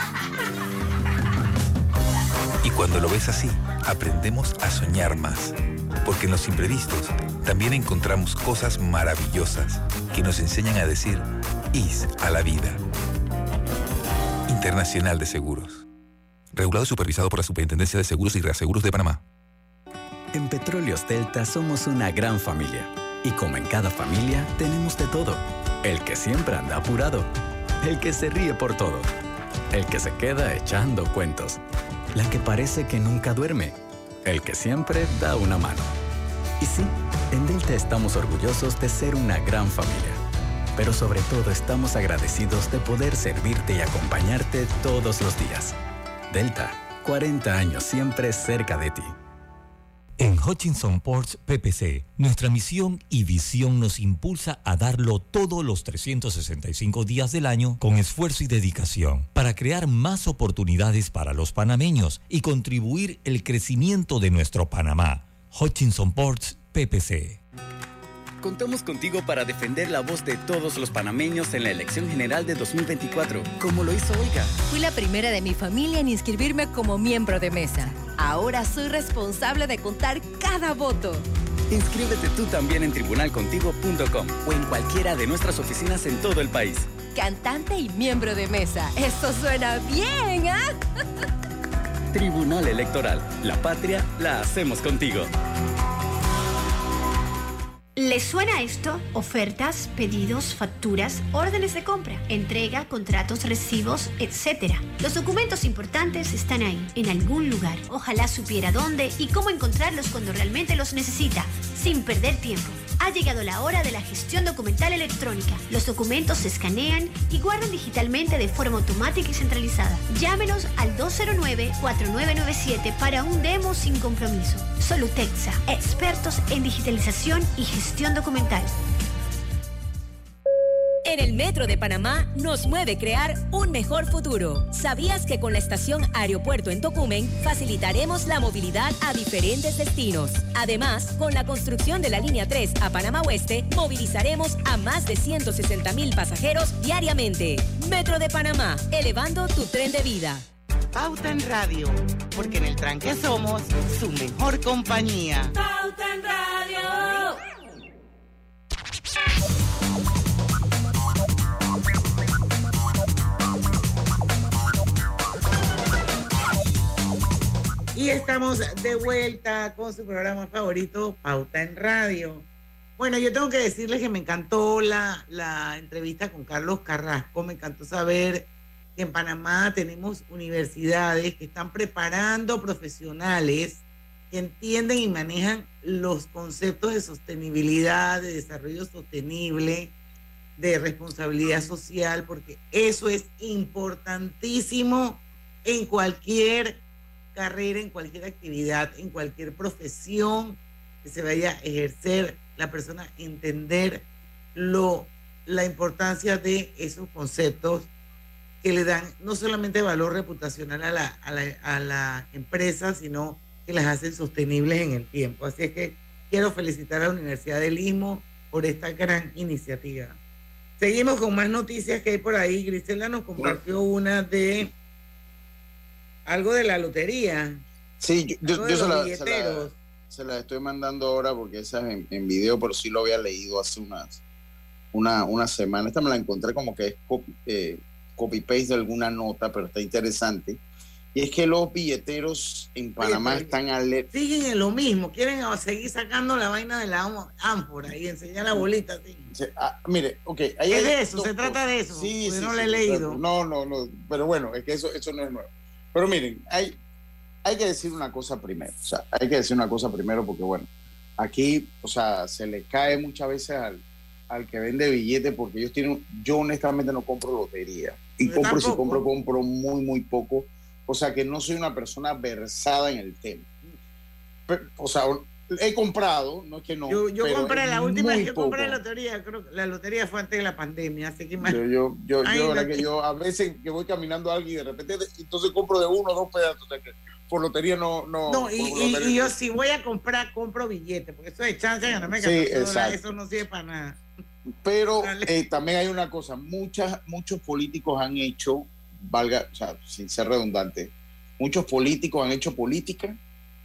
Y cuando lo ves así, aprendemos a soñar más, porque en los imprevistos también encontramos cosas maravillosas que nos enseñan a decir IS a la vida. Internacional de Seguros. Regulado y supervisado por la Superintendencia de Seguros y Reaseguros de Panamá. En Petróleos Delta somos una gran familia. Y como en cada familia, tenemos de todo. El que siempre anda apurado. El que se ríe por todo. El que se queda echando cuentos. La que parece que nunca duerme. El que siempre da una mano. Y sí, en Delta estamos orgullosos de ser una gran familia. Pero sobre todo estamos agradecidos de poder servirte y acompañarte todos los días. Delta, cuarenta años siempre cerca de ti. En Hutchinson Ports P P C, nuestra misión y visión nos impulsa a darlo todos los trescientos sesenta y cinco días del año con esfuerzo y dedicación para crear más oportunidades para los panameños y contribuir el crecimiento de nuestro Panamá. Hutchinson Ports P P C. Contamos contigo para defender la voz de todos los panameños en la elección general de dos mil veinticuatro, como lo hizo Olga. Fui la primera de mi familia en inscribirme como miembro de mesa. Ahora soy responsable de contar cada voto. Inscríbete tú también en tribunal contigo punto com o en cualquiera de nuestras oficinas en todo el país. Cantante y miembro de mesa. Eso suena bien, ¿ah? ¿eh? Tribunal Electoral. La patria la hacemos contigo. ¿Les suena esto? Ofertas, pedidos, facturas, órdenes de compra, entrega, contratos, recibos, etcétera. Los documentos importantes están ahí, en algún lugar. Ojalá supiera dónde y cómo encontrarlos cuando realmente los necesita, sin perder tiempo. Ha llegado la hora de la gestión documental electrónica. Los documentos se escanean y guardan digitalmente de forma automática y centralizada. Llámenos al dos cero nueve, cuatro nueve nueve siete para un demo sin compromiso. Solutexa, expertos en digitalización y gestión documental. En el Metro de Panamá nos mueve crear un mejor futuro. ¿Sabías que con la estación Aeropuerto en Tocumen facilitaremos la movilidad a diferentes destinos? Además, con la construcción de la línea tres a Panamá Oeste, movilizaremos a más de ciento sesenta mil pasajeros diariamente. Metro de Panamá, elevando tu tren de vida. Pauta en Radio, porque en el tranque somos su mejor compañía. Pauta en Radio. Y estamos de vuelta con su programa favorito, Pauta en Radio. Bueno, yo tengo que decirles que me encantó la, la entrevista con Carlos Carrasco. Me encantó saber que en Panamá tenemos universidades que están preparando profesionales que entienden y manejan los conceptos de sostenibilidad, de desarrollo sostenible, de responsabilidad social, porque eso es importantísimo en cualquier carrera, en cualquier actividad, en cualquier profesión que se vaya a ejercer, la persona entender lo, la importancia de esos conceptos que le dan no solamente valor reputacional a la, a la, a la empresa, sino que las hacen sostenibles en el tiempo. Así es que quiero felicitar a la Universidad del Istmo por esta gran iniciativa. Seguimos con más noticias que hay por ahí. Grisela nos compartió una de algo de la lotería. Sí, yo, yo, yo se, la, se, la, se la estoy mandando ahora porque esa es en, en video, pero sí lo había leído hace unas una, una semana. Esta me la encontré como que es copy, eh, copy-paste de alguna nota, pero está interesante. Y es que los billeteros en Panamá sí, están alerta. Siguen en lo mismo, quieren seguir sacando la vaina de la ánfora y enseñar la bolita. Sí. Sí, ah, mire, ok. Ahí ¿Es de eso? ¿Se trata de eso? Sí, sí, no sí, lo he sí, leído. No, no, no, pero bueno, es que eso, eso no es nuevo. Pero miren, hay, hay que decir una cosa primero, o sea, hay que decir una cosa primero porque, bueno, aquí, o sea, se le cae muchas veces al, al que vende billetes porque ellos tienen, yo honestamente no compro lotería, y yo compro, tampoco. Si compro, compro muy, muy poco, o sea, que no soy una persona versada en el tema. Pero, o sea, he comprado, no es que no. Yo, yo compré la última vez que compré la lotería, creo que la lotería fue antes de la pandemia, así que más. Yo, yo, yo, Ay, yo, verdad que yo a veces que voy caminando a alguien y de repente, entonces compro de uno o dos pedazos, o sea que por lotería no. No, no y, y, y yo si voy a comprar, compro billetes, porque eso de chance de ganarme sí, dólares, eso no sirve para nada. Pero eh, también hay una cosa, muchas, muchos políticos han hecho, valga, o sea, sin ser redundante, muchos políticos han hecho política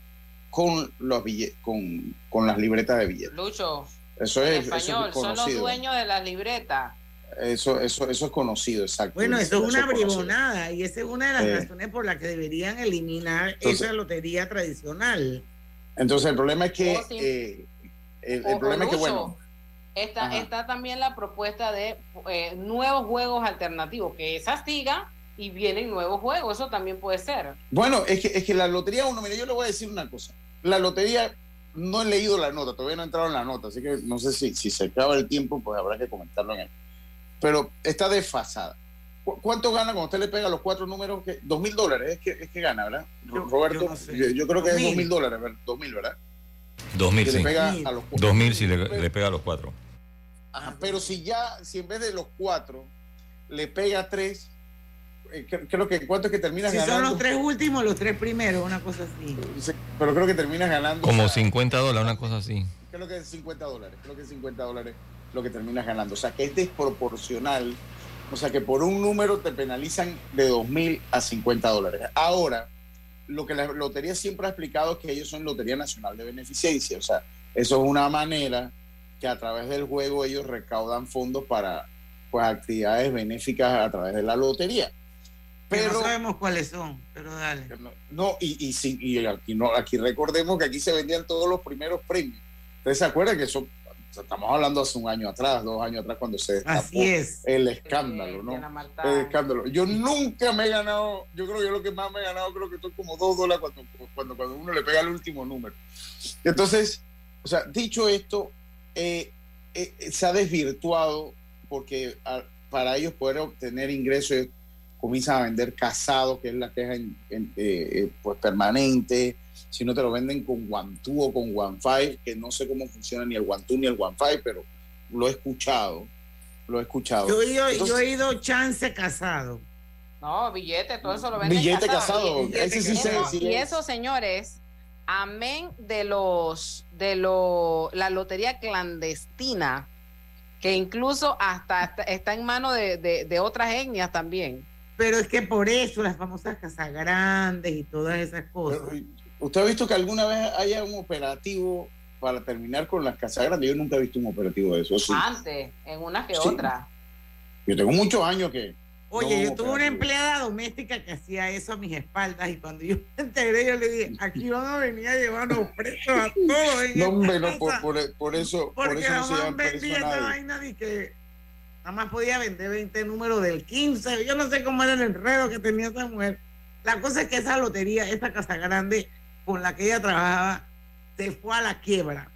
con los billetes, con, con las libretas de billetes. Lucho, eso es, español, eso es son los dueños de las libretas. Eso, eso, eso es conocido, exacto. Bueno, eso, eso es una bribonada es y esa es una de las eh, razones por las que deberían eliminar entonces, esa lotería tradicional. Entonces el problema es que oh, sí. eh, el, el problema Lucho, es que bueno. Está, está también la propuesta de eh, nuevos juegos alternativos, que esa siga y vienen nuevos juegos, eso también puede ser. Bueno, es que, es que la lotería, uno, mire, yo le voy a decir una cosa, la lotería, no he leído la nota, todavía no he entrado en la nota, así que no sé si, si se acaba el tiempo, pues habrá que comentarlo en él. Pero está desfasada. ¿Cu ¿Cuánto gana cuando usted le pega los cuatro números? Que, dos mil dólares, es que, es que gana, ¿verdad? Yo, Roberto, yo, no sé. yo, yo creo que es dos mil dólares, dos mil, ¿verdad? Dos mil, sí. Dos mil si le, le pega a los cuatro. Ajá, pero si ya, si en vez de los cuatro le pega tres, eh, creo que ¿cuánto es que terminas si ganando? Son los tres últimos, los tres primeros, una cosa así. Pero creo que terminas ganando. Como o sea, cincuenta dólares, una cosa así. Creo que es cincuenta dólares, creo que es cincuenta dólares lo que terminas ganando. O sea, que es desproporcional. O sea, que por un número te penalizan de dos mil a cincuenta dólares. Ahora, lo que la lotería siempre ha explicado es que ellos son Lotería Nacional de Beneficencia. O sea, eso es una manera que a través del juego ellos recaudan fondos para pues actividades benéficas a través de la lotería. Pero no sabemos cuáles son, pero dale. No, no y, y, sí, y aquí, no, aquí recordemos que aquí se vendían todos los primeros premios. ¿Ustedes se acuerdan que eso, o sea, estamos hablando hace un año atrás, dos años atrás, cuando se destapó Así es. el escándalo, ¿no? El escándalo. Yo nunca me he ganado, yo creo que yo lo que más me he ganado, creo que estoy como dos dólares cuando, cuando, cuando uno le pega el último número. Entonces, o sea, dicho esto, eh, eh, se ha desvirtuado porque a, para ellos poder obtener ingresos comienzan a vender casado, que es la queja en, en, eh, pues permanente. Si no te lo venden con One Two o con One Five, que no sé cómo funciona ni el One Two ni el One Five, pero lo he escuchado, lo he escuchado. Yo he ido, Entonces, yo he ido chance casado. No, billete, todo eso lo venden billete casado. casado, Billete ese sí se eso, sí Y es. eso, señores, amén de los de lo, la lotería clandestina, que incluso hasta está, está en manos de, de, de otras etnias también. Pero es que por eso las famosas casas grandes y todas esas cosas. Pero, ¿usted ha visto que alguna vez haya un operativo para terminar con las casas grandes? Yo nunca he visto un operativo de eso. Sí. Antes, en una que Sí. otra. Yo tengo muchos años que... Oye, no, yo tuve una operativo. empleada doméstica que hacía eso a mis espaldas y cuando yo me enteré, yo le dije, aquí van a venir a llevarnos presos a todos. En No, esta hombre, no, por, casa, por, por eso, por porque eso no la se mamá llaman vendía preso a esta nadie. vaina de que nada más podía vender veinte números del quince. Yo no sé cómo era el enredo que tenía esa mujer. La cosa es que esa lotería, esa casa grande con la que ella trabajaba, se fue a la quiebra.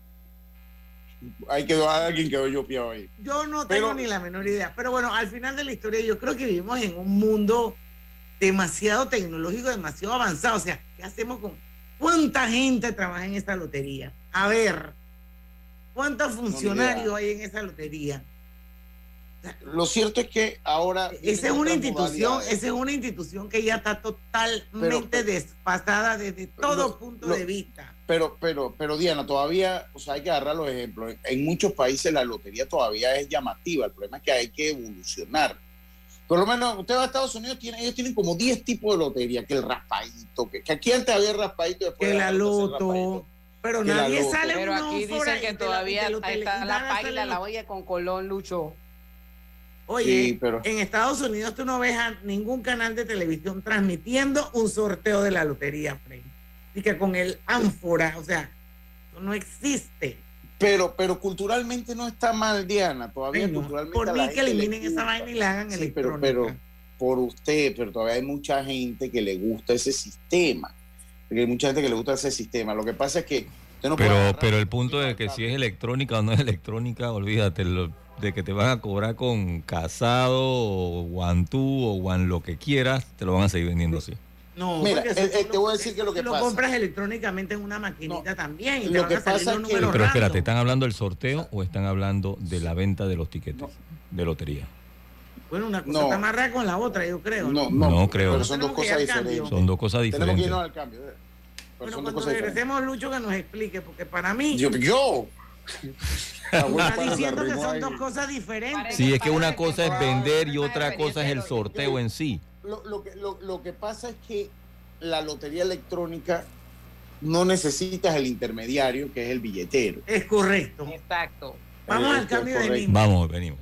Ahí quedó alguien, quedó yo piado ahí. Yo no tengo Pero- ni la menor idea. Pero bueno, al final de la historia, yo creo que vivimos en un mundo demasiado tecnológico, demasiado avanzado. O sea, ¿qué hacemos con cuánta gente trabaja en esa lotería? A ver, ¿cuántos funcionarios hay en esa lotería? Lo cierto es que ahora... Esa es una otras institución, modalidades. esa es una institución que ya está totalmente Pero- pero- desfasada desde todo lo- punto lo- de vista. Pero, pero, pero Diana, todavía, o sea, hay que agarrar los ejemplos. En muchos países la lotería todavía es llamativa. El problema es que hay que evolucionar. Por lo menos, usted va a Estados Unidos, tiene, ellos tienen como diez tipos de lotería, que el raspadito, que, que aquí antes había raspadito y después Que la dejaron de hacer loto, raspadito. pero Que la nadie loto. sale Pero uno aquí por ahí dicen que de la- todavía de lo ahí está tele- la van a página, salir la los- olla con Colón, Lucho. Oye, Sí, pero- en Estados Unidos tú no ves a ningún canal de televisión transmitiendo un sorteo de la lotería, Frey. Y que con el ánfora, o sea, eso no existe. Pero, pero culturalmente no está mal, Diana. Todavía Ay, no. culturalmente Por a mí la que gente le eliminen esa gusta. vaina y la hagan Sí, electrónica. pero, pero por usted, pero todavía hay mucha gente que le gusta ese sistema. Porque hay mucha gente que le gusta ese sistema. Lo que pasa es que usted no puede Pero, agarrar- pero el punto de que si es electrónica o no es electrónica, olvídate lo- de que te van a cobrar con casado o one two o one lo que quieras, te lo van a seguir vendiendo así. No, Mira, porque eh, si eh, tú te voy a decir que lo que si lo pasa- compras electrónicamente en una maquinita también y te lo van que a salir pasa los es que- números Pero espérate, random. ¿están hablando del sorteo o están hablando de la venta de los tiquetes de lotería? Bueno, una cosa No. está amarrada con la otra, yo creo. No, No, no, creo. pero son dos Tenemos que cosas ir al cambio. diferentes. Son dos cosas Tenemos que diferentes. irnos al cambio. eh. Pero Bueno, son dos cuando cosas diferentes. regresemos, Lucho, que nos explique, porque para mí Yo, yo. Ah, bueno, está para diciendo que arrimó son ahí. dos cosas diferentes. Sí, es que una cosa es vender y otra cosa es el sorteo en sí. Lo, lo que, lo, lo que pasa es que la lotería electrónica no necesitas el intermediario, que es el billetero. Es correcto. Exacto. Vamos Eh, al cambio es de correcto. línea. Vamos, venimos.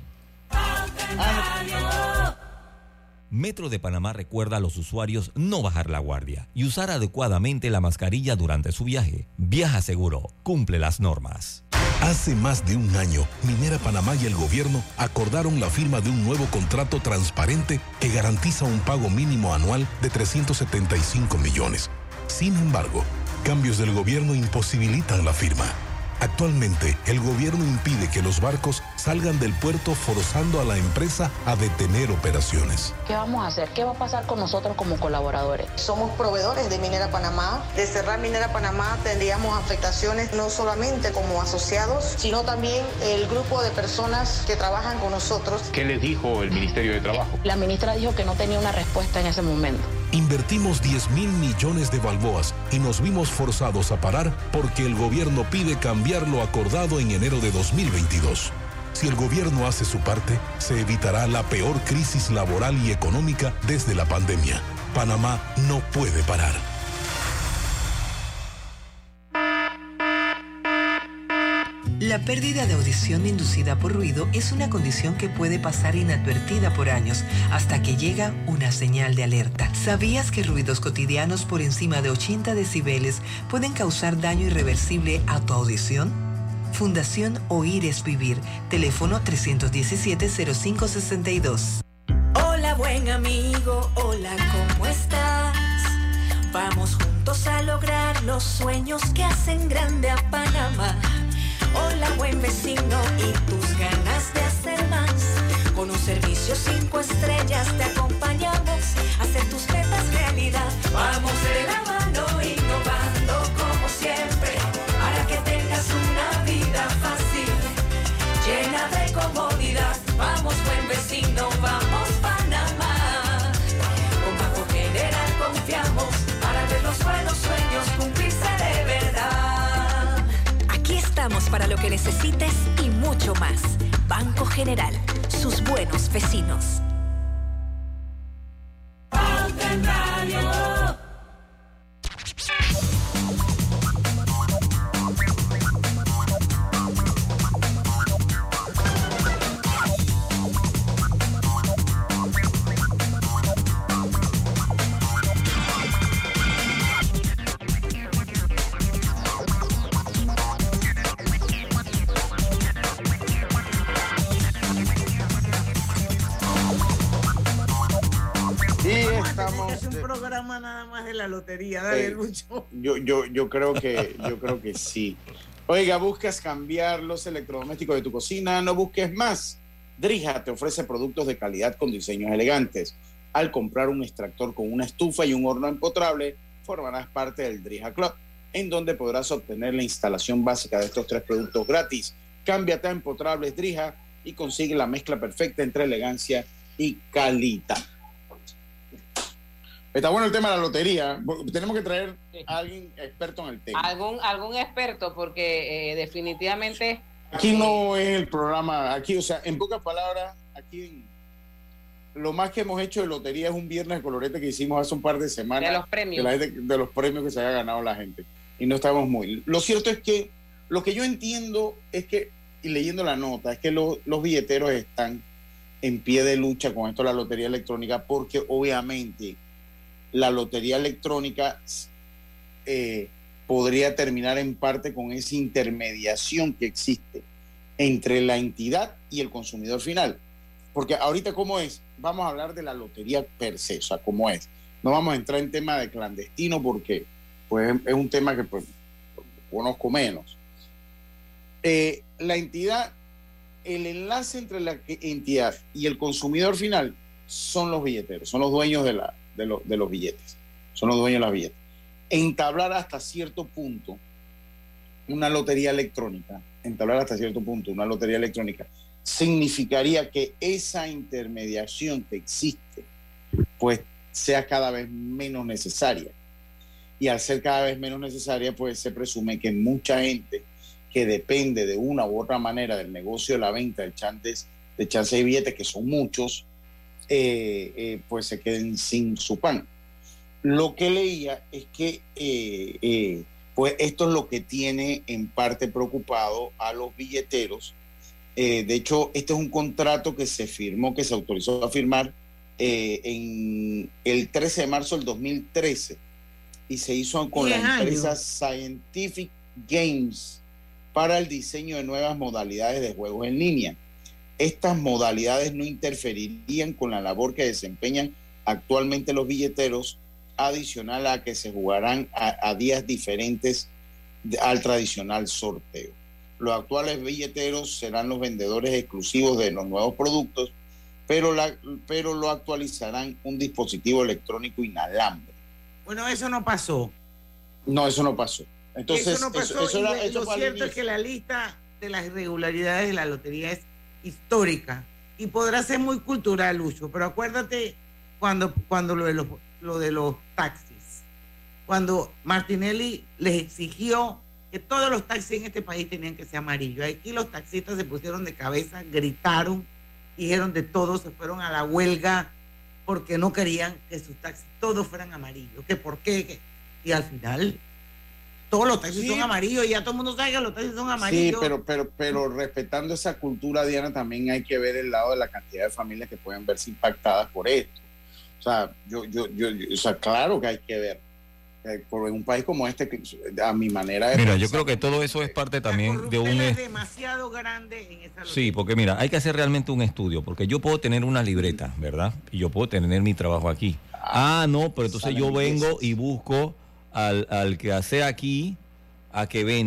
Metro de Panamá recuerda a los usuarios no bajar la guardia y usar adecuadamente la mascarilla durante su viaje. Viaja seguro, cumple las normas. Hace más de un año, Minera Panamá y el gobierno acordaron la firma de un nuevo contrato transparente que garantiza un pago mínimo anual de trescientos setenta y cinco millones. Sin embargo, cambios del gobierno imposibilitan la firma. Actualmente, el gobierno impide que los barcos salgan del puerto, forzando a la empresa a detener operaciones. ¿Qué vamos a hacer? ¿Qué va a pasar con nosotros como colaboradores? Somos proveedores de Minera Panamá. De cerrar Minera Panamá tendríamos afectaciones no solamente como asociados, sino también el grupo de personas que trabajan con nosotros. ¿Qué les dijo el Ministerio de Trabajo? La ministra dijo que no tenía una respuesta en ese momento. Invertimos diez mil millones de balboas y nos vimos forzados a parar porque el gobierno pide cambiar lo acordado en enero de dos mil veintidós. Si el gobierno hace su parte, se evitará la peor crisis laboral y económica desde la pandemia. Panamá no puede parar. La pérdida de audición inducida por ruido es una condición que puede pasar inadvertida por años hasta que llega una señal de alerta. ¿Sabías que ruidos cotidianos por encima de ochenta decibeles pueden causar daño irreversible a tu audición? Fundación Oír es Vivir. Teléfono tres uno siete, cero cinco seis dos. Hola buen amigo, hola, ¿cómo estás? Vamos juntos a lograr los sueños que hacen grande a Panamá. Hola buen buen vecino y tus ganas de hacer más. Con un servicio cinco estrellas te acompañamos a hacer tus metas realidad. Vamos de la mano innovando como siempre para que tengas una vida fácil, llena de comodidad. Vamos buen vecino, vamos Panamá. Con Banco General confiamos para ver los buenos sueños cumplirse de verdad. Aquí estamos para lo que necesites y mucho más. Banco General, sus buenos vecinos. Es un programa nada más de la lotería, dale, eh, Lucho. Yo, yo, yo creo que, yo creo que sí. Oiga, ¿buscas cambiar los electrodomésticos de tu cocina? No busques más. Drija te ofrece productos de calidad con diseños elegantes. Al comprar un extractor con una estufa y un horno empotrable, formarás parte del Drija Club, en donde podrás obtener la instalación básica de estos tres productos gratis. Cámbiate a Empotrables Drija y consigue la mezcla perfecta entre elegancia y calidad. Está bueno el tema de la lotería. Tenemos que traer a alguien experto en el tema. Algún, algún experto, porque eh, definitivamente... Aquí no es el programa, aquí, o sea, en pocas palabras, aquí en, lo más que hemos hecho de lotería es un viernes de colorete que hicimos hace un par de semanas. De los premios. De, la gente, de los premios que se haya ganado la gente. Y no estamos muy... Lo cierto es que, lo que yo entiendo es que, y leyendo la nota, es que lo, los billeteros están en pie de lucha con esto de la lotería electrónica, porque obviamente la lotería electrónica eh, podría terminar en parte con esa intermediación que existe entre la entidad y el consumidor final. Porque ahorita, ¿cómo es? Vamos a hablar de la lotería per se, o sea, ¿cómo es? No vamos a entrar en tema de clandestino porque pues, es un tema que pues, conozco menos. Eh, la entidad, el enlace entre la entidad y el consumidor final son los billeteros, son los dueños de la De, lo, de los billetes, son los dueños de las billetes. Entablar hasta cierto punto una lotería electrónica, entablar hasta cierto punto una lotería electrónica, significaría que esa intermediación que existe, pues sea cada vez menos necesaria. Y al ser cada vez menos necesaria, pues se presume que mucha gente que depende de una u otra manera del negocio de la venta de chances de, chance de billetes, que son muchos, Eh, eh, pues se queden sin su pan. Lo que leía es que eh, eh, pues esto es lo que tiene en parte preocupado a los billeteros. Eh, de hecho, este es un contrato que se firmó, que se autorizó a firmar eh, en el trece de marzo del dos mil trece y se hizo con la empresa Scientific Games para el diseño de nuevas modalidades de juegos en línea. Estas modalidades no interferirían con la labor que desempeñan actualmente los billeteros, adicional a que se jugarán a, a días diferentes de, al tradicional sorteo. Los actuales billeteros serán los vendedores exclusivos de los nuevos productos, pero, la, pero lo actualizarán un dispositivo electrónico inalámbrico. Bueno, eso no pasó. No, eso no pasó. Entonces, eso no pasó. Eso, eso era, y eso lo cierto es que la lista de las irregularidades de la lotería es histórica y podrá ser muy cultural, Lucho, pero acuérdate cuando, cuando lo, de los, lo de los taxis, cuando Martinelli les exigió que todos los taxis en este país tenían que ser amarillos. Aquí los taxistas se pusieron de cabeza, gritaron, dijeron de todo, se fueron a la huelga porque no querían que sus taxis todos fueran amarillos, que por qué, que, y al final todos los taxis sí. son amarillos y ya todo el mundo sabe que los taxis son amarillos. Sí, pero, pero, pero respetando esa cultura, Diana, también hay que ver el lado de la cantidad de familias que pueden verse impactadas por esto. O sea, yo, yo, yo, yo o sea, claro que hay que ver. Por en un país como este, a mi manera de mira, pensar, yo creo que todo eso es parte también de un es demasiado grande en esa lotería. Sí, porque mira, hay que hacer realmente un estudio, porque yo puedo tener una libreta, ¿verdad? Y yo puedo tener mi trabajo aquí. Ah, no, pero entonces yo vengo y busco al, al que hace aquí a que venda.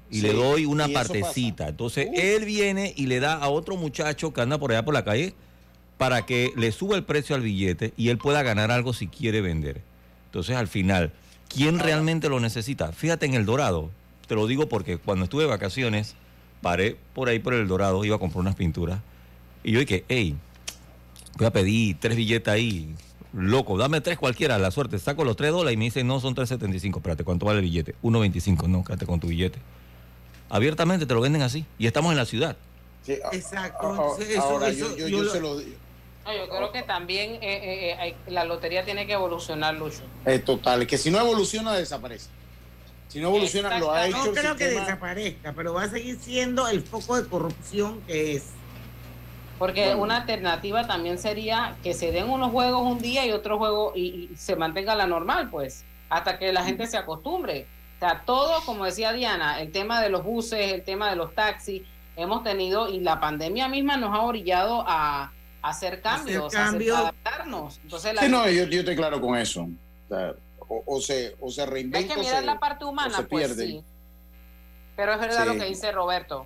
y Sí, le doy una y eso partecita. Entonces él viene y le da a otro muchacho que anda por allá por la calle para que le suba el precio al billete y él pueda ganar algo si quiere vender. Entonces al final, ¿quién realmente lo necesita? Fíjate en El Dorado, te lo digo porque cuando estuve de vacaciones, paré por ahí por El Dorado, iba a comprar unas pinturas y yo dije, hey, voy a pedir tres billetes ahí, loco, dame tres cualquiera, a la suerte, saco los tres dólares y me dicen, no, son tres setenta y cinco, espérate, ¿cuánto vale el billete? uno veinticinco, no, quédate con tu billete. Abiertamente te lo venden así y estamos en la ciudad. Sí, Exacto. ahora, Eso- ahora eso- yo, yo, yo yo lo- se lo digo. No, yo creo que también eh, eh, eh, la lotería tiene que evolucionar, Lucho. Es total, que si no evoluciona, desaparece. Si no evoluciona, lo ha hecho No el creo que sistema. desaparezca, pero va a seguir siendo el foco de corrupción que es. Porque Bueno. una alternativa también sería que se den unos juegos un día y otro juego y, y se mantenga la normal, pues, hasta que la gente se acostumbre. O sea, todo, como decía Diana, el tema de los buses, el tema de los taxis, hemos tenido, y la pandemia misma nos ha orillado a, a hacer cambios, Hacer a, cambios. hacer- a adaptarnos. Entonces, la Sí, no, yo, yo estoy claro con eso. O, sea, o, o se, o se hay reinventa. que o mirar se- la parte o humana, se pues pierde. sí. Pero es verdad Sí. lo que dice Roberto.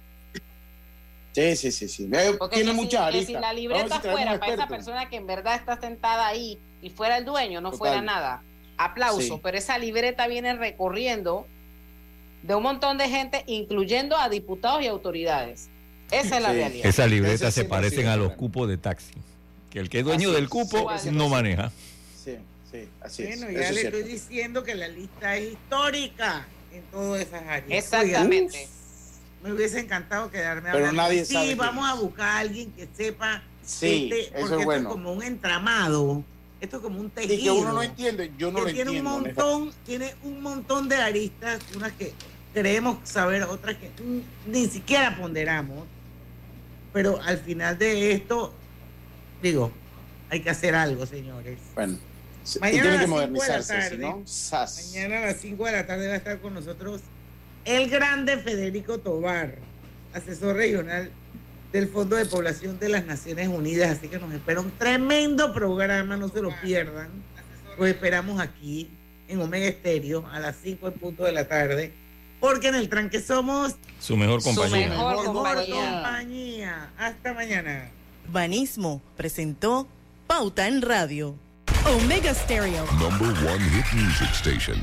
Sí, sí, sí, sí. Ve, Porque tiene que si- mucha que arista. si la Vamos a ver libreta si traemos fuera un para esa experto. persona que en verdad está sentada ahí y fuera el dueño, no Total. fuera nada, aplauso, Sí. pero esa libreta viene recorriendo de un montón de gente, incluyendo a diputados y autoridades. Esa es la Sí. realidad. Esas libretas Ese se siempre ha parecen sido a el los problema. cupos de taxi. Que el que es dueño Así del es, cupo sí, no sí. maneja. Sí, sí, así es. Bueno, Eso ya es le cierto. estoy diciendo que la lista es histórica en todas esas áreas. Exactamente. Oiga, me hubiese encantado quedarme Pero hablando. nadie Sí, sabe quién vamos es. a buscar a alguien que sepa. Sí, este, eso porque es esto bueno. es como un entramado. Esto es como un tejido. Y que uno no entiende, yo no que lo tiene entiendo. un montón, tiene un montón de aristas, unas que creemos saber, otras que mm, ni siquiera ponderamos. Pero al final de esto, digo, hay que hacer algo, señores. Bueno, se- y Mañana tiene a que las cinco de la modernizarse, si tarde. no, ¡zas! Mañana a las cinco de la tarde va a estar con nosotros el grande Federico Tobar, asesor regional del Fondo de Población de las Naciones Unidas. Así que nos espera un tremendo programa, no se lo pierdan. Los esperamos aquí en Omega Estéreo a las cinco en punto de la tarde, porque en el tranque somos Su mejor Su compañía. mejor mejor compañía. compañía. Hasta mañana. Banismo presentó Pauta en Radio. Omega Stereo. Number one hit music station.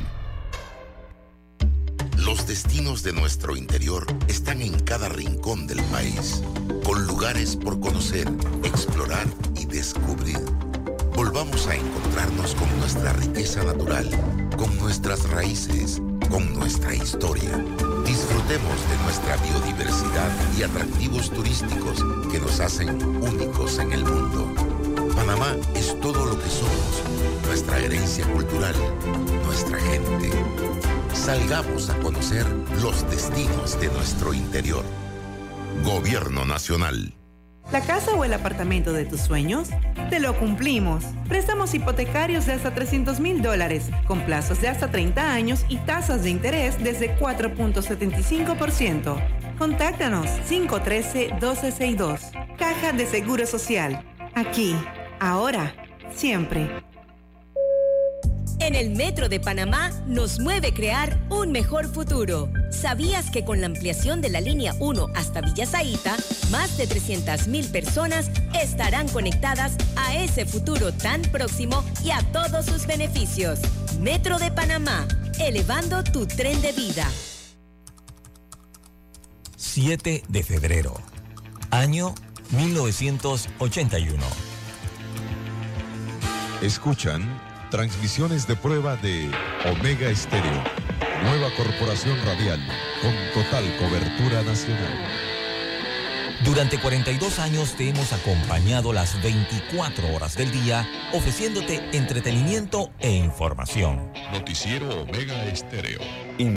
Los destinos de nuestro interior están en cada rincón del país, con lugares por conocer, explorar y descubrir. Volvamos a encontrarnos con nuestra riqueza natural, con nuestras raíces, con nuestra historia. Disfrutemos de nuestra biodiversidad y atractivos turísticos que nos hacen únicos en el mundo. Panamá es todo lo que somos, nuestra herencia cultural, nuestra gente. Salgamos a conocer los destinos de nuestro interior. Gobierno Nacional. ¿La casa o el apartamento de tus sueños? Te lo cumplimos. Préstamos hipotecarios de hasta trescientos mil dólares, con plazos de hasta treinta años y tasas de interés desde cuatro punto setenta y cinco por ciento. Contáctanos cinco uno tres, uno dos seis dos. Caja de Seguro Social. Aquí, ahora, siempre. En el Metro de Panamá nos mueve crear un mejor futuro. ¿Sabías que con la ampliación de la línea uno hasta Villa Zaita, más de trescientas mil personas estarán conectadas a ese futuro tan próximo y a todos sus beneficios? Metro de Panamá, elevando tu tren de vida. siete de febrero, año mil novecientos ochenta y uno. Escuchan transmisiones de prueba de Omega Estéreo, nueva corporación radial con total cobertura nacional. Durante cuarenta y dos años te hemos acompañado las veinticuatro horas del día, ofreciéndote entretenimiento e información. Noticiero Omega Estéreo.